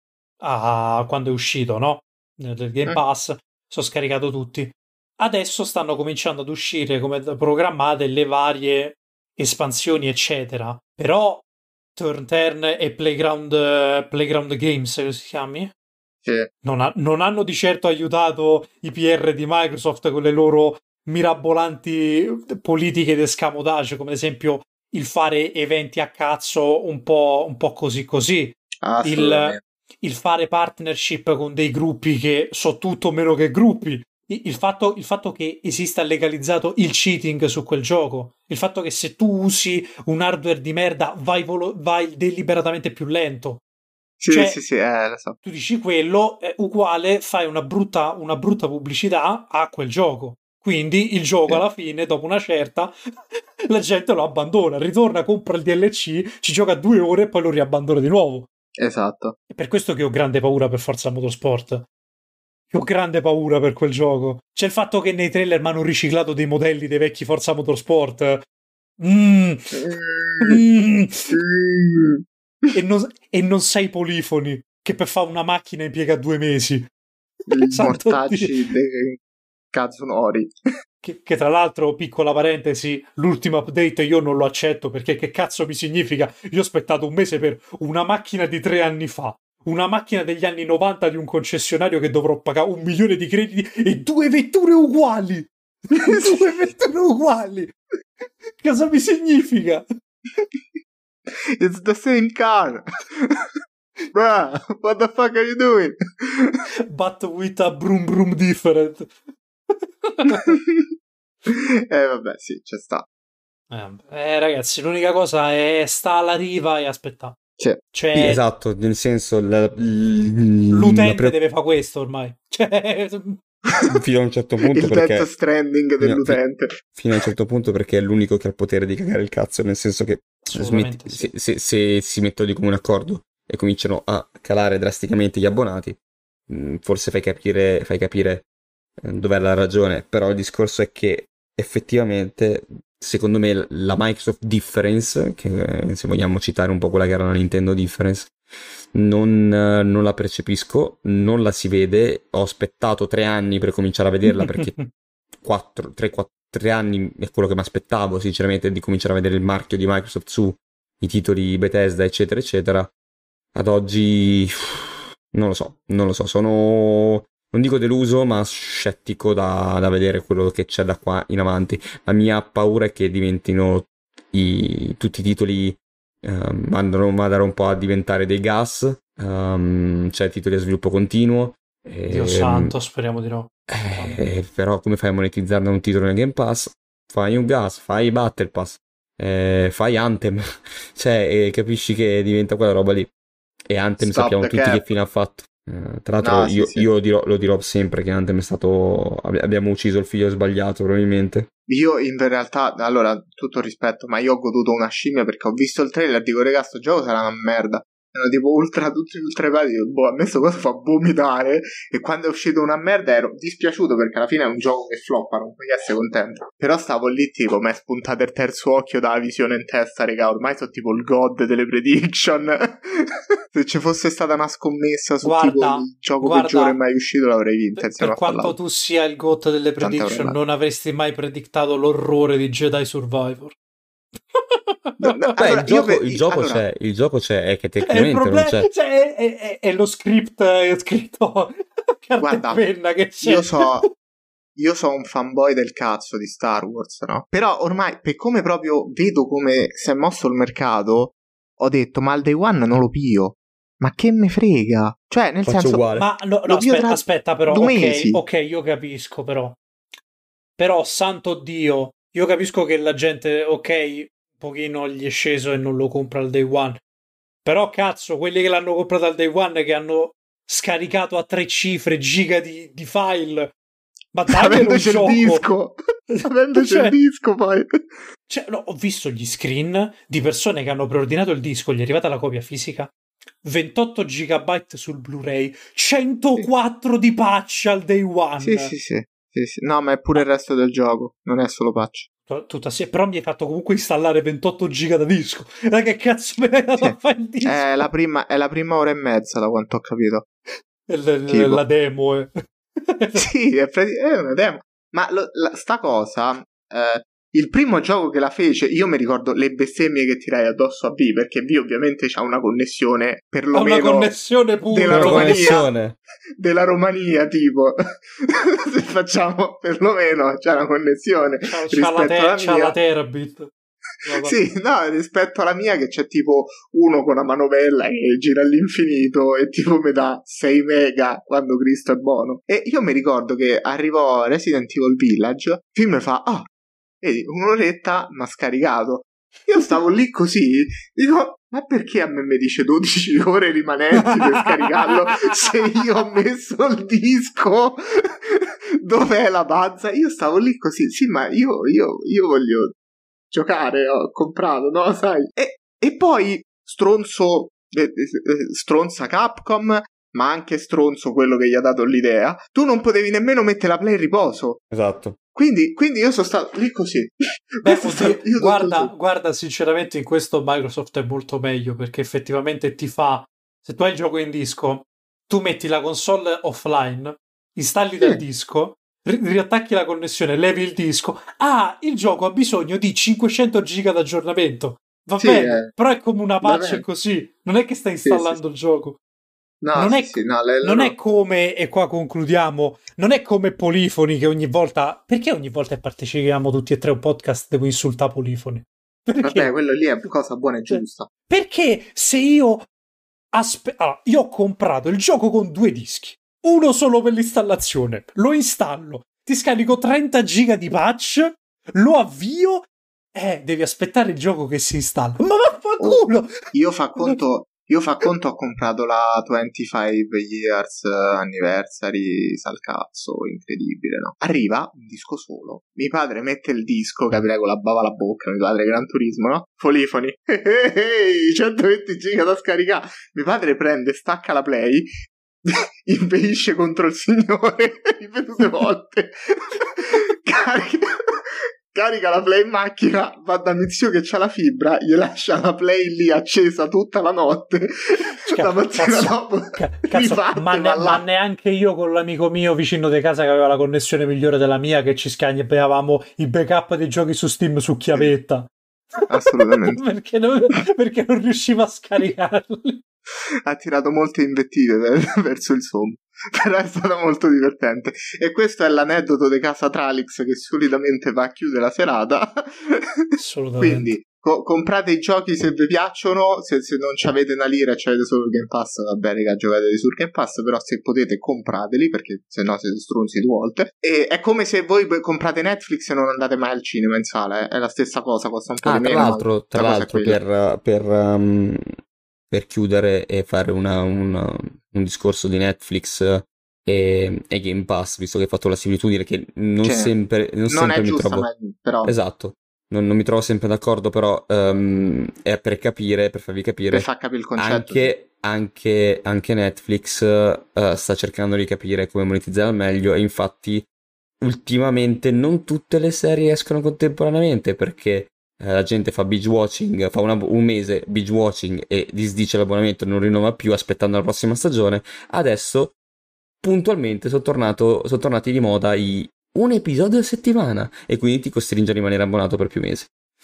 a- quando è uscito, no? Del Game Mm. Pass, sono scaricato tutti. Adesso stanno cominciando ad uscire come programmate le varie espansioni, eccetera. Però Turn Turn e Playground, eh, Playground Games, come si chiami? Sì. Non, ha- non hanno di certo aiutato i P R di Microsoft con le loro mirabolanti politiche di escamotage, come ad esempio il fare eventi a cazzo un po', un po' così così, il, Assolutamente. il fare partnership con dei gruppi che so tutto meno che gruppi, il, il fatto, il fatto che esista legalizzato il cheating su quel gioco, il fatto che se tu usi un hardware di merda vai, volo- vai deliberatamente più lento. Sì, Cioè, sì, sì, eh, lo so. tu dici quello è uguale, fai una brutta, una brutta pubblicità a quel gioco. Quindi il gioco Sì. alla fine, dopo una certa, la gente lo abbandona, ritorna, compra il D L C, ci gioca due ore e poi lo riabbandona di nuovo. Esatto. È per questo che ho grande paura per Forza Motorsport. Ho grande paura per quel gioco. C'è il fatto che nei trailer mi hanno riciclato dei modelli dei vecchi Forza Motorsport. Mm. Mm. Mm. E, non, e non sei polifoni, che per fare una macchina impiega due mesi. I Santo Dio. mortacci dei Kazunori. Che, che tra l'altro, piccola parentesi, l'ultimo update io non lo accetto perché che cazzo mi significa? Io ho aspettato un mese per una macchina di tre anni fa, una macchina degli anni novanta di un concessionario che dovrò pagare un milione di crediti e due vetture uguali! Due vetture uguali! Cosa mi significa? It's the same car. Bruh, what the fuck are you doing? But with a brum brum different. Eh vabbè, sì, c'è sta. Eh, eh, ragazzi, l'unica cosa è sta alla riva e aspettare. Sì. Cioè, Sì, esatto, nel senso la, la, l'utente la pre- deve fare questo ormai. Cioè, fino a un certo punto Il perché Death Stranding fino, dell'utente. fino a un certo punto perché è l'unico che ha il potere di cagare il cazzo, nel senso che assolutamente smetti- sì. se, se- se si mettono di comune accordo e cominciano a calare drasticamente gli abbonati, mh, forse fai capire, fai capire eh, dov'è la ragione, però il discorso è che effettivamente secondo me la Microsoft Difference, che eh, se vogliamo citare un po' quella che era la Nintendo Difference, non, eh, non la percepisco, non la si vede. Ho aspettato tre anni per cominciare a vederla perché quattro, tre, quattro, tre anni è quello che mi aspettavo sinceramente, di cominciare a vedere il marchio di Microsoft su i titoli Bethesda eccetera eccetera. Ad oggi non lo so, non lo so, sono non dico deluso ma scettico da, da vedere quello che c'è da qua in avanti. La mia paura è che diventino i, tutti i titoli Um, andano, andare un po' a diventare dei gas, um, cioè titoli a sviluppo continuo. E, Dio santo, speriamo di no. eh, però come fai a monetizzarne un titolo nel Game Pass? Fai un gas, fai Battle Pass, eh, fai Anthem, cioè e capisci che diventa quella roba lì. E Anthem Stop sappiamo the tutti cap. che fine ha fatto. Uh, tra l'altro No, sì, io, sì. io dirò, lo dirò sempre che Anthem è stato... abbiamo ucciso il figlio sbagliato probabilmente. Io in realtà, allora, tutto rispetto, ma io ho goduto una scimmia perché ho visto il trailer e dico, raga, sto gioco sarà una merda. Erano tipo ultra, tutti ultra pari, boh, a me sto cosa fa vomitare, e quando è uscito una merda ero dispiaciuto perché alla fine è un gioco che floppa, non puoi essere contento. Però stavo lì tipo, mi è spuntato il terzo occhio dalla visione in testa, raga, ormai sono tipo il god delle prediction. Se ci fosse stata una scommessa su Guarda, tipo il gioco guarda, peggiore mai uscito l'avrei vinta per, insieme per a quanto Fallout. tu sia il GOAT delle Tanta prediction, roba. non avresti mai predicato l'orrore di Jedi Survivor. No, no, Beh, allora, il gioco, io ve- il gioco allora, c'è, il gioco c'è, è che È il tecnicamente non problema, c'è. cioè, è, è- è lo script è scritto carta Guarda, e penna che c'è. io so io sono un fanboy del cazzo di Star Wars, no? Però ormai, per come proprio vedo come si è mosso il mercato, ho detto, ma al day one non lo pio. Ma che me frega? Cioè, nel Faccio senso... uguale. Ma no, no aspetta, aspetta però, ok, ok, io capisco però. Però, santo Dio, io capisco che la gente, ok, un pochino gli è sceso e non lo compra al day one. Però, cazzo, quelli che l'hanno comprato al day one, che hanno scaricato a tre cifre, giga di, di file... Ma avendoci il disco, avendoci cioè, il disco poi. Cioè, no, ho visto gli screen di persone che hanno preordinato il disco, gli è arrivata la copia fisica, ventotto gigabyte sul Blu-ray, centoquattro sì. di patch al day one. Sì, sì, sì, sì, sì. No, ma è pure il resto del gioco, non è solo patch. Tutta sì, però mi hai fatto comunque installare ventotto giga da disco. Ma che cazzo me l'hai dato sì. a fare il disco? È la prima, è la prima ora e mezza, da quanto ho capito. È l- la demo, eh. Sì, è, pre- è una demo. Ma lo, la, sta cosa, eh, il primo gioco che la fece, io mi ricordo le bestemmie che tirai addosso a B, perché B ovviamente c'ha una connessione perlomeno una connessione pure della Romania, connessione. della Romania tipo se facciamo perlomeno c'è una connessione c'ha, rispetto c'ha la te- alla c'ha mia. la terabit. Sì, no, rispetto alla mia che c'è tipo uno con una manovella che gira all'infinito e tipo mi dà sei mega quando Cristo è buono. E io mi ricordo che arrivò Resident Evil Village, il film fa, ah, oh, vedi, un'oretta mi ha scaricato. Io stavo lì così, dico, ma perché a me mi dice dodici ore rimanenti per scaricarlo se io ho messo il disco? Dov'è la bazza? Io stavo lì così, sì, ma io, io, io voglio giocare, ho comprato, no, sai? E, e poi stronzo, eh, stronza Capcom, ma anche stronzo quello che gli ha dato l'idea, tu non potevi nemmeno mettere la play in riposo. Esatto. Quindi, quindi io sono stato lì così. Beh, stato, io guarda, guarda, sinceramente in questo Microsoft è molto meglio, perché effettivamente ti fa, se tu hai il gioco in disco, tu metti la console offline, installi dal sì. disco, riattacchi la connessione, levi il disco, ah, il gioco ha bisogno di cinquecento giga d'aggiornamento, va sì, bene, eh. però è come una patch così, non è che stai installando sì, sì. il gioco. No, non, sì, è, sì, no, le, non no. è come, e qua concludiamo, non è come Polifoni che ogni volta, perché ogni volta che partecipiamo tutti e tre a un podcast devo insultare Polifoni? Perché? Vabbè, quello lì è cosa buona e giusta. Perché se io aspe- allora, io ho comprato il gioco con due dischi, uno solo per l'installazione, lo installo, ti scarico trenta giga di patch, lo avvio, eh, devi aspettare il gioco che si installa. Ma vaffanculo! Oh, io fa conto... Io fa conto ho comprato la venticinque years anniversary, sal cazzo, incredibile, no? Arriva un disco solo, mio padre mette il disco, capirei con la bava alla bocca, mio padre Gran Turismo, no? Polifoni, ehi, centoventi giga da scaricare, mio padre prende, stacca la play, inveisce contro il signore, ripetute volte, carica... Carica la play in macchina, va da mio zio che c'ha la fibra, gli lascia la play lì accesa tutta la notte. Cazzo, la mattina cazzo, dopo cazzo, ma, ne, ma neanche io con l'amico mio vicino di casa che aveva la connessione migliore della mia, che ci scagliavamo i backup dei giochi su Steam su chiavetta. Assolutamente. perché, non, perché non riusciva a scaricarli. Ha tirato molte invettive verso il sommo, però è stato molto divertente. E questo è l'aneddoto di casa Tralix che solitamente va a chiudere la serata. Assolutamente. Quindi co- comprate i giochi se vi piacciono, se, se non ci avete una lira e ci avete solo il Game Pass, va bene che giocate sul Game Pass, però se potete comprateli, perché se no siete stronzi due volte. E è come se voi comprate Netflix e non andate mai al cinema in sala, eh? È la stessa cosa, costa un po' ah, di tra meno. L'altro, tra l'altro per... per um... per chiudere e fare una, una, un discorso di Netflix e, e Game Pass, visto che hai fatto la similitudine che non cioè, sempre, non non sempre è mi giusta, trovo ma, però... esatto, non, non mi trovo sempre d'accordo, però um, è per capire, per farvi capire, per far capire il concetto, anche, sì. anche, anche Netflix uh, sta cercando di capire come monetizzare al meglio, e infatti ultimamente non tutte le serie escono contemporaneamente, perché la gente fa binge watching, fa una, un mese binge watching e disdice l'abbonamento e non rinnova più aspettando la prossima stagione. Adesso puntualmente sono tornato sono tornati di moda i un episodio a settimana, e quindi ti costringe a rimanere abbonato per più mesi.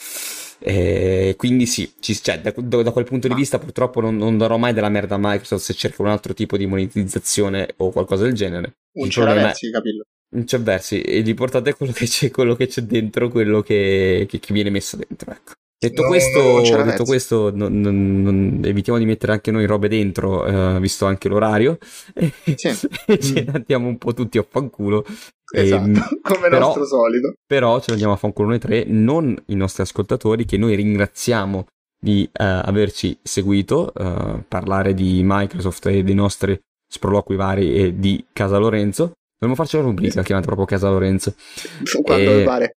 E quindi sì, ci, cioè, da, da quel punto di vista purtroppo non, non darò mai della merda a Microsoft se cerca un altro tipo di monetizzazione o qualcosa del genere. Un il problema, è, capello. non c'è versi, e l'importante è quello che c'è, quello che c'è dentro, quello che, che, che viene messo dentro, ecco. Detto No, questo, non detto questo non, non, non, evitiamo di mettere anche noi robe dentro, eh, visto anche l'orario, e, Sì. e ce ne andiamo un po' tutti a fanculo. Esatto, e, come però, nostro solito. Però ce ne andiamo a fanculo noi tre, non i nostri ascoltatori, che noi ringraziamo di uh, averci seguito, uh, parlare di Microsoft e dei nostri sproloqui vari e di Casa Lorenzo. Dovremmo farci una rubrica esatto. chiamata proprio Casa Lorenzo. Quando e... pare.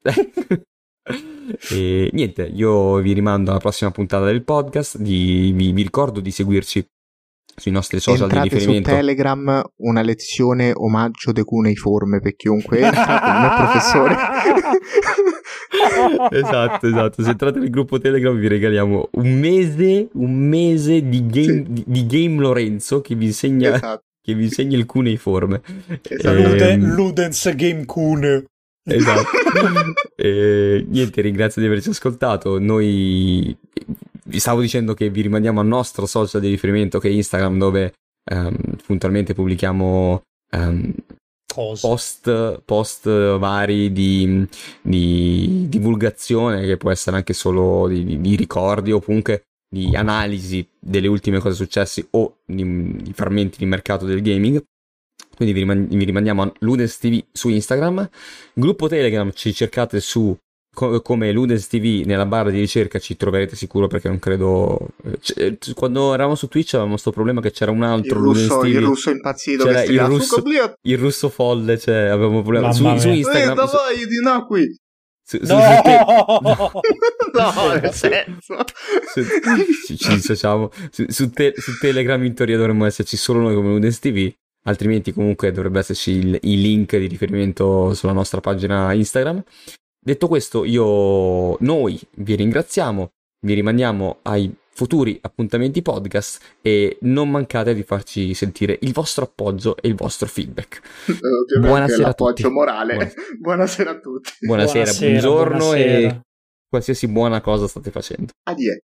E niente, io vi rimando alla prossima puntata del podcast. Di, vi, vi ricordo di seguirci sui nostri social Entrate di riferimento. Su Telegram, una lezione omaggio de cuneiforme per chiunque entra, con me professore. esatto, esatto. Se entrate nel gruppo Telegram vi regaliamo un mese, un mese di game, sì. di, di game Lorenzo che vi insegna, esatto. che vi insegna il cuneiforme. Esatto. E... Luden, Ludens Game Cune. Esatto. E, niente, ringrazio di averci ascoltato. Noi vi stavo dicendo che vi rimandiamo al nostro social di riferimento che è Instagram, dove um, puntualmente pubblichiamo um, post, post vari di, di divulgazione, che può essere anche solo di, di, di ricordi o comunque di analisi delle ultime cose successe o di, di frammenti di mercato del gaming. Quindi vi, riman- vi rimandiamo a Ludens ti vu su Instagram. Gruppo Telegram ci cercate su co- come Ludens ti vu nella barra di ricerca, ci troverete sicuro, perché non credo c- quando eravamo su Twitch avevamo questo problema che c'era un altro il russo, Ludens ti vu, il russo impazzito c'era che il russo, il russo folle, cioè avevamo problema su, su Instagram. Eh, dai, di no qui. Su, su, no! su te- no, nel senso. Su, ci, ci dissociamo. Su, su, te- su Telegram in teoria dovremmo esserci solo noi come Ludens ti vu. Altrimenti comunque dovrebbe esserci il, il link di riferimento sulla nostra pagina Instagram. Detto questo, io noi vi ringraziamo, vi rimandiamo ai futuri appuntamenti podcast e non mancate di farci sentire il vostro appoggio e il vostro feedback. Ovviamente buonasera a tutti. Morale. Buonasera. buonasera a tutti. Buonasera, buonasera buongiorno buonasera. E qualsiasi buona cosa state facendo. Addio.